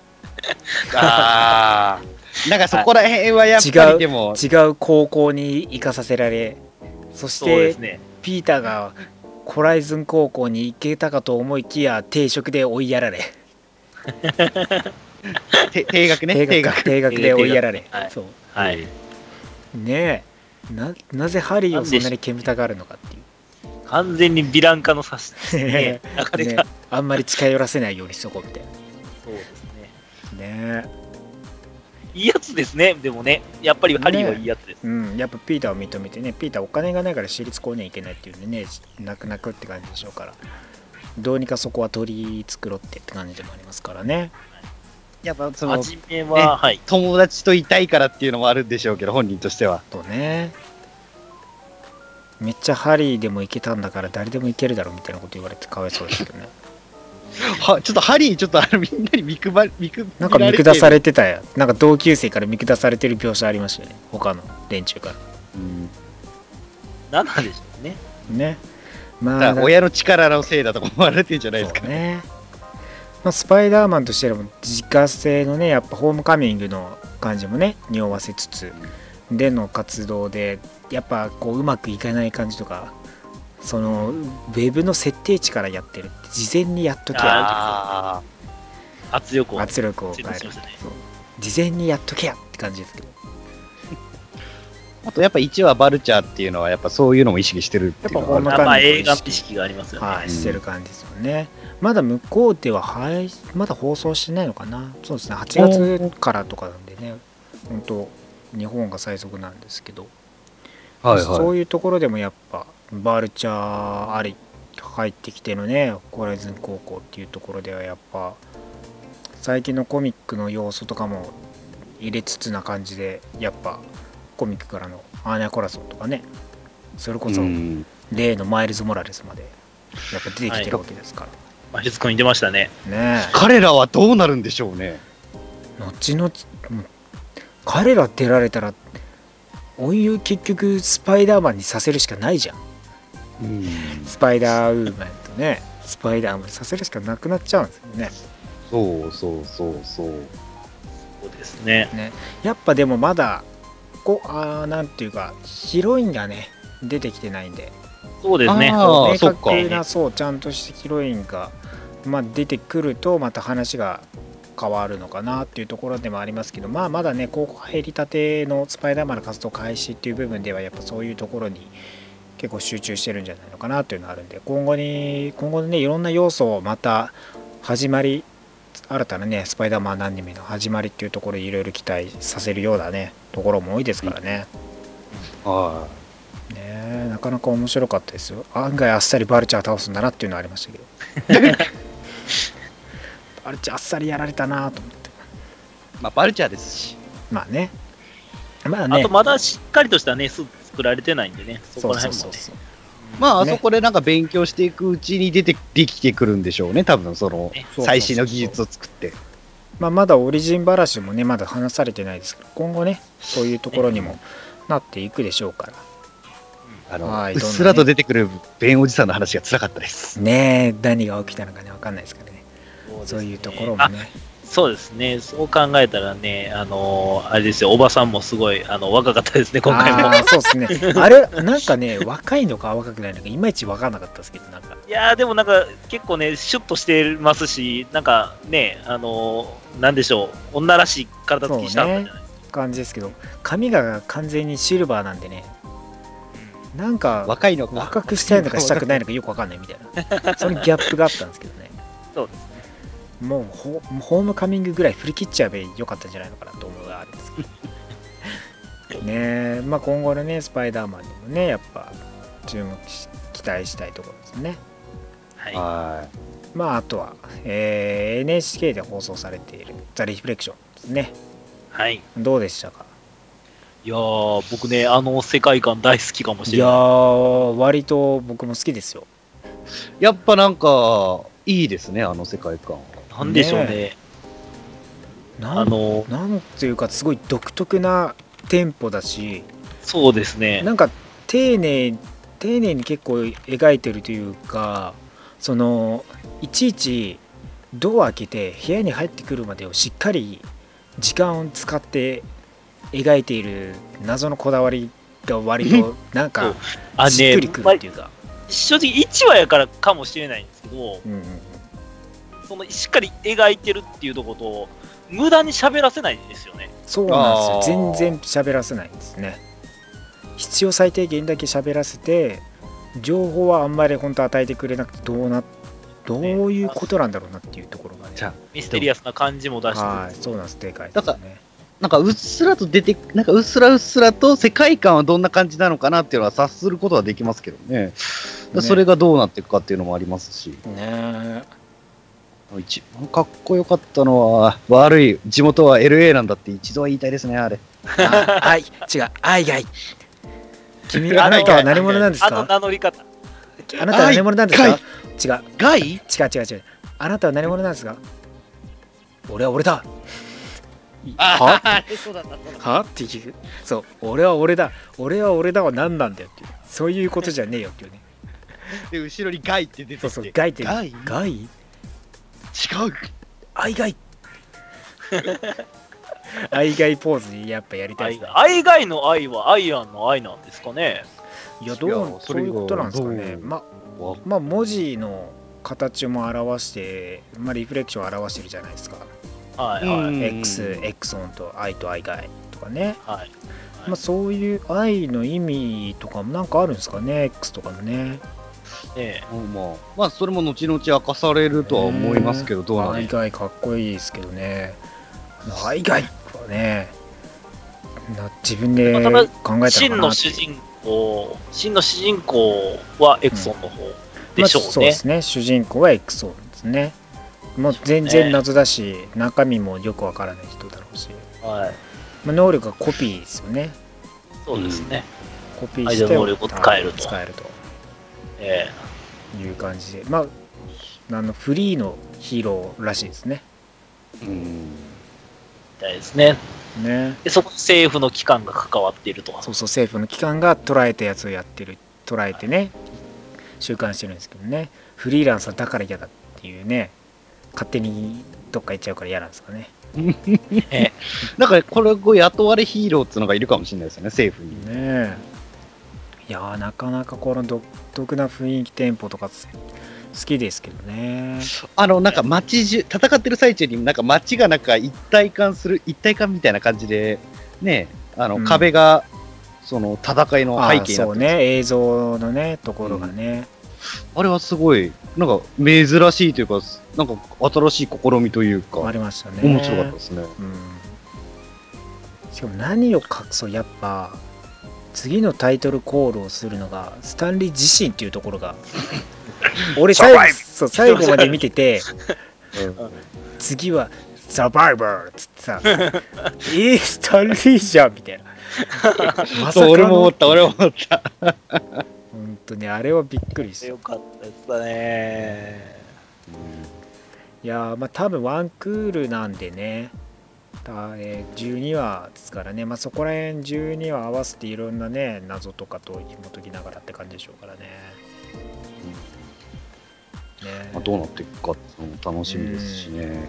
なんかそこら辺はやっぱりでも違う高校に行かさせられ、そしてピーターがコライズン高校に行けたかと思いきや定職で追いやられ定額で追いやられ、ねえ、なぜハリーをそんなに煙たがるのかっていう。 完全にヴィラン化の差しね、 あんまり近寄らせないようにしとこうみたいな。 そうですね。 ねえ、 いいやつですね。でもね、やっぱりハリーはいいやつです。 やっぱピーターを認めてね、ピーターお金がないから私立校には行けないっていうんでね、泣くって感じでしょうから、どうにかそこは取り繕ってって感じでもありますからね。 やっぱ初めは、 友達といたいからっていうのもあるんでしょうけど、本人としては。 ね、めっちゃハリーでも行けたんだから誰でも行けるだろうみたいなこと言われてかわいそうですけどね。 ちょっとハリーみんなに見下されてたや、なんか同級生から見下されてる描写ありましたよね、他の連中から。 なんなんでしょうね。 ね、 まあ親の力のせいだとか思われてるんじゃないですかね。 スパイダーマンとしても自家製のね、やっぱホームカミングの感じもね匂わせつつでの活動で、やっぱこううまくいかない感じとか、そのウェブの設定値からやってるって事前にやっときゃ圧力を変える、 事前にやっとけやって感じですけど。 あとやっぱ1話バルチャーっていうのはやっぱそういうのも意識してるっていうのは映画意識がありますよね。 してる感じですよね。まだ向こうではまだ放送してないのかな。そうですね、8月からとかなんでね、本当日本が最速なんですけど、そういうところでもやっぱバルチャーあり入ってきてのね、コライズン高校っていうところではやっぱ最近のコミックの要素とかも入れつつな感じで、やっぱコミックからのアーニャ・コラソンとかね、それこそ例のマイルズ・モラレスまでやっぱ出てきてるわけですから。 マイルズ君に出ましたね。 彼らはどうなるんでしょうね。 後々彼ら出られたらおいを結局スパイダーマンにさせるしかないじゃん。スパイダーウーマンとね、スパイダーマンにさせるしかなくなっちゃうんですよね。 そうですね。 やっぱでもまだなんていうかヒロインがね出てきてないんで、 そうですね。 明そっか確な、そう、ちゃんとしたヒロインが、出てくると、また話が変わるのかなっていうところでもありますけど、まだね、高校入りたてのスパイダーマンの活動開始っていう部分では、やっぱそういうところに結構集中してるんじゃないのかなっていうのがあるんで、今後のね、いろんな要素をまた始まり、新たなね、スパイダーマンアニメの始まりっていうところでいろいろ期待させるようなね、ところも多いですからね。 はね、なかなか面白かったですよ。案外あっさりバルチャー倒すんだなっていうのはありましたけど。バルチャーあっさりやられたなと思って。 い。バルチャーですし。 まあね。 あとまだしっかりとしたね、スーツ作られてないんでね、そこら辺もね。 あそこでなんか勉強していくうちにできてくるんでしょうね、多分最新の技術を作って。 まだオリジン話もね、まだ話されてないですけど、今後ね、そういうところにもなっていくでしょうから。 うっすらと出てくるベンおじさんの話が辛かったです。 ねえ、何が起きたのかね、分かんないですからね。そういうところもね。 そうですね、そう考えたらね、あれですよ、おばさんもすごい若かったですね、今回も。 そうですね。あれ、なんかね、若いのか若くないのか、いまいち分かんなかったですけど、なんか。 いやー、でもなんか、結構ね、シュッとしてますし、なんかね、なんでしょう、女らしい体つきしたんじゃないですか。 感じですけど、髪が完全にシルバーなんでね、なんか、 若いのか若くしたいのかしたくないのかよく分かんないみたいな、そのギャップがあったんですけどね。 そうですね。 もうホームカミングぐらい振り切っちゃえばよかったんじゃないのかなと思うのがあるんですけどねえ、今後のねスパイダーマンにもねやっぱ期待したいところですね。 はい。 あとは、NHK で放送されているザ・リフレクションですね。 はい。 どうでしたか？ いやー、僕ね、世界観大好きかもしれない。 いやー、割と僕も好きですよ。 やっぱなんかいいですね、世界観。 なんでしょうね。 なんていうかすごい独特なテンポだし、 そうですね。 なんか丁寧に結構描いてるというか、いちいちドア開けて部屋に入ってくるまでをしっかり時間を使って描いている謎のこだわりが割となんかしっくりくるっていうか、 正直1話やからかもしれないんですけど、しっかり描いてるっていうところと無駄に喋らせないんですよね。 そうなんですよ。全然喋らせないんですね。必要最低限だけ喋らせて、情報はあんまり本当与えてくれなくて、どういうことなんだろうなっていうところがね、 ミステリアスな感じも出してる。 そうなんです。でかいですね。 なんかうっすらとうっすらと世界観はどんな感じなのかなっていうのは察することはできますけどね。それがどうなっていくかっていうのもありますしね。 一番かっこよかったのは、悪い地元は LA なんだって一度は言いたいですね、あれ。 違う、愛がい。あなたは何者なんですか？ 名乗り方。 あなたは何者なんですか？違う。 ガイ？ 違う。あなたは何者なんですか？俺は俺だ。はっていう。そう、俺は俺だは何なんだよっていう。そういうことじゃねえよっていうね。 で、後ろにガイって出てきて。 そう、ガイって。 ガイ？違う。 愛がい。愛がいポーズにやっぱやりたいですね。 愛がいの愛はアイアンの愛なんですかね。 いや、そういうことなんですかね。文字の形も表して、リフレクションを表してるじゃないですか。X 音と愛と愛がいとかね。そういう愛の意味とかもなんかあるんですかね、X とかのね。 それも後々明かされるとは思いますけど、どうなの？ 愛がいかっこいいですけどね。愛がいはね、自分で考えたのかな。 真の主人公はエクソンの方でしょうね。 そうですね、主人公はエクソンですね。もう全然謎だし、中身もよくわからない人だろうし、能力がコピーですよね。 そうですね。 コピーして能力を使えるという感じで、フリーのヒーローらしいですね。 みたいですね。でそこに政府の機関が関わっていると。 そう、政府の機関が捉えたやつを捉えてね、収監してるんですけどね。フリーランスはだから嫌だっていうね、勝手にどっか行っちゃうから嫌なんですかね。 だからこれ雇われヒーローっていうのがいるかもしれないですよね、政府に。 いやーなかなかこの独特な雰囲気テンポとか好きですけどね。 なんか街中、戦ってる最中になんか街がなんか一体感みたいな感じで、ね、壁が、その戦いの背景になってそうね、映像のね、ところがね。 あれはすごい、なんか珍しいというか、なんか新しい試みというか、 ありましたね。 面白かったですね。 しかも何を隠そう、やっぱ、次のタイトルコールをするのが、スタンリー自身っていうところが、俺最後まで見てて、次は、サバイバーっつってさ、スタンリーじゃんみたいな。 まさか俺も思った。本当にあれはびっくりした。 よかったですね。 いやまあ多分ワンクールなんでね、12話ですからね、まあそこら辺12話合わせていろんなね謎とかと紐解きながらって感じでしょうからね。 まあどうなっていくか楽しみですしね。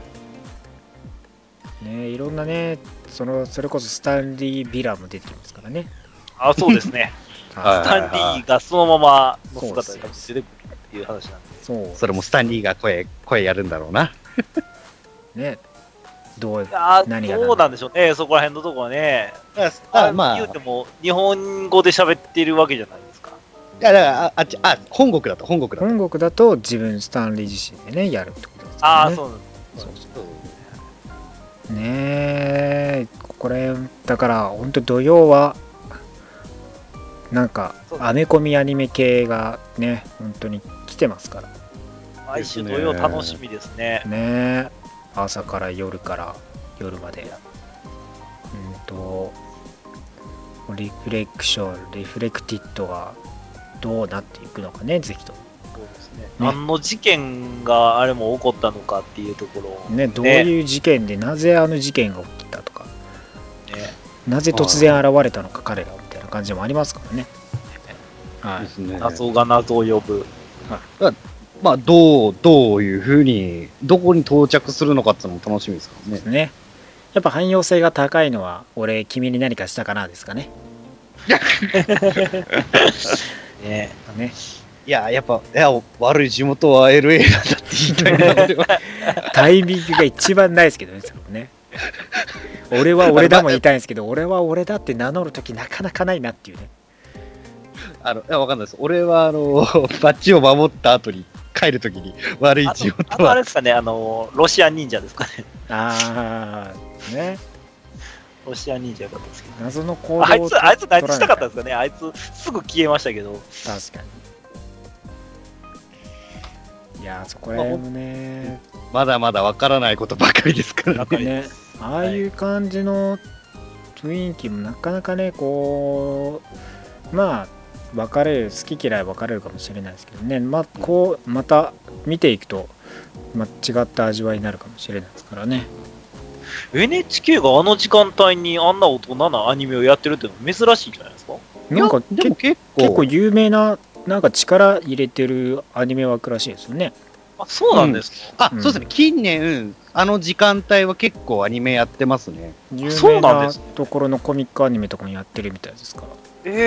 いろんなね、それこそスタンリー・ビラも出てますからね。 あ、そうですね。スタンリーがそのままの姿で出てくるっていう話なんで。 それもスタンリーが声やるんだろうな。 ね。どうなんでしょうね、そこら辺のとこはね。まあ、言うても日本語で喋ってるわけじゃないですか。 いや、だから本国だと自分スタンリー自身でねやるってことですからね。 そうなんです。 ねえ、これだから本当土曜はなんかアメコミアニメ系がね本当に来てますから。 毎週土曜楽しみですね。 ねえ、朝から夜まで。リフレクティッドがどうなっていくのかね、ぜひと。 そうですね。何の事件があれも起こったのかっていうところね、どういう事件でなぜあの事件が起きたとか、なぜ突然現れたのか彼らみたいな感じもありますからね。 謎が謎を呼ぶ。 まあどういうふうにどこに到着するのかっていうのも楽しみですからね。 やっぱ汎用性が高いのは俺君に何かしたかなですかね。 いや、やっぱ悪い地元は LA なんだって言いたいな。俺はタイミングが一番ないですけどね、それもね。俺は俺だも言いたいんですけど、俺は俺だって名乗るときなかなかないなっていうね。 わかんないです。俺はバッジを守った後に帰るときに悪い地元はあれですかね、ロシア忍者ですかね。 ね。 ロシア忍者よかったですけど。 謎の行動をあいつ何したかったんですかね。あいつすぐ消えましたけど。 確かに。いやそこら辺もね、 まだまだわからないことばかりですからね。 ああいう感じの雰囲気もなかなかね、こうまあ好き嫌い分かれるかもしれないですけどね、また見ていくと、違った味わいになるかもしれないですからね。 NHK があの時間帯にあんな大人なアニメをやってるっていうの珍しいんじゃないですか。 なんかでも結構有名な、なんか力入れてるアニメ枠らしいですよね。 そうなんですか。 そうですね。近年あの時間帯は結構アニメやってますね。 有名なところのコミックアニメとかもやってるみたいですから。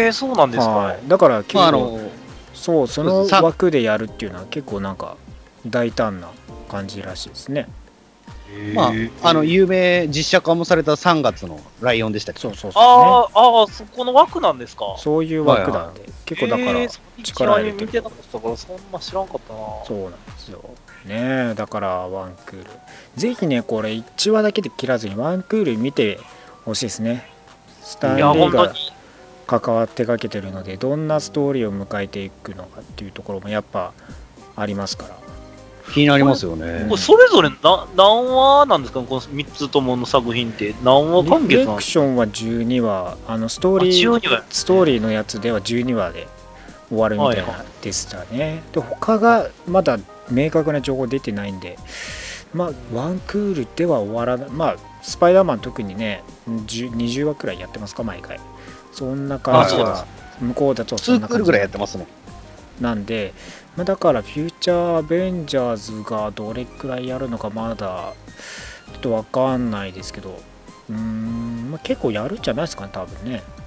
そうなんですか。 だから結構、その枠でやるっていうのは結構なんか大胆な感じらしいですね。 有名実写化もされた3月のライオンでしたっけ。 そう、そこの枠なんですか。 そういう枠なんで、結構だから力入れてる。 見てなかったからそんな知らんかったな。 そうなんですよね。だからワンクールぜひね、これ1話だけで切らずにワンクール見てほしいですね。スタンリーが関わってかけてるので、どんなストーリーを迎えていくのかっていうところもやっぱありますから。 気になりますよね。 これそれぞれ何話なんですか、この3つともの作品って何話完結なんですか。リフレクションは12話、ストーリーのやつでは12話で終わるみたいなでしたね。で他がまだ明確な情報出てないんで、ワンクールでは終わらない。スパイダーマン特にね20話くらいやってますか毎回。そんな感じは向こうだとそんな感じ。 2クールぐらいやってますね。 なんで、だからフューチャーアベンジャーズがどれくらいやるのかまだちょっと分かんないですけど、結構やるんじゃないですかね、多分ね。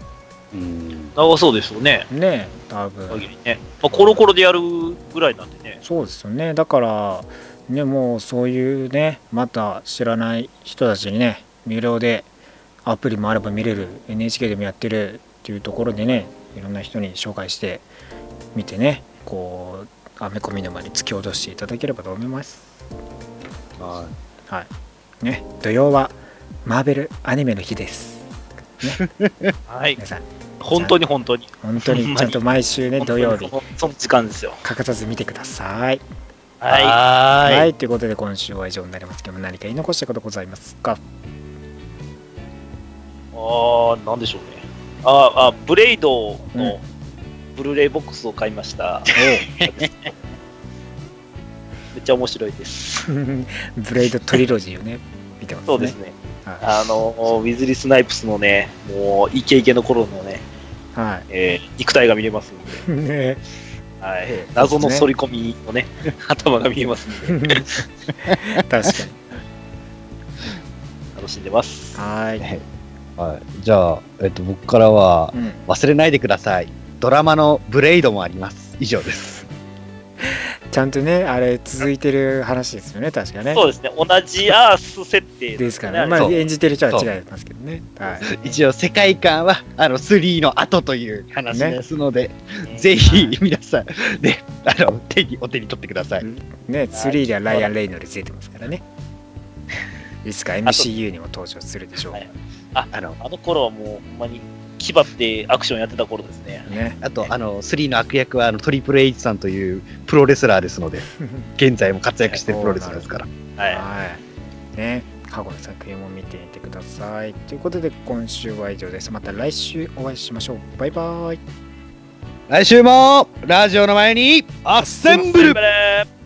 長そうですよね。 ね、多分。 ね、まあ、コロコロでやるぐらいなんでね。 そうですよね。だから、ね、もうそういうね、また知らない人たちにね、無料でアプリもあれば見れる、NHK でもやってるっていうところでね、いろんな人に紹介してみてね、こう、アメコミ沼に突き落としていただければと思います。はい。ね、土曜はマーベルアニメの日です。ね、 はい。 皆さん。 本当に本当にちゃんと毎週ね土曜日その時間ですよ。 欠かさず見てください。 はい。 ということで今週は以上になりますけども、何か言い残したことございますか？ なんでしょうね。ブレイドのブルーレイボックスを買いました。めっちゃ面白いです。 ブレイドトリロジーをね見てますね。 そうですね。ウィズリー・スナイプスのね、もうイケイケの頃のね、はい、肉体が見れますので、ね、はい、謎の反り込みのね、頭が見えますので、 確かに楽しんでます。 はい。じゃあ、僕からは、忘れないでください。ドラマのブレイドもあります。以上です。 ちゃんとね、あれ続いてる話ですよね、確かね。 そうですね、同じアース設定ですからね。まあ演じてる人は違いますけどね。 一応世界観は3の後という話ですので、ぜひ皆さんね、お手に取ってください。 ね、3ではライアン・レイノルズ出てますからね。いつか MCU にも登場するでしょう。 あの頃はもうほんまに牙ってアクションやってた頃ですね。 あと3の悪役はトリプル H さんというプロレスラーですので、現在も活躍してるプロレスラーですから。 はい。ね、過去の作品も見てみてください。ということで今週は以上です。また来週お会いしましょう。バイバイ。 来週もラジオの前にアッセンブル。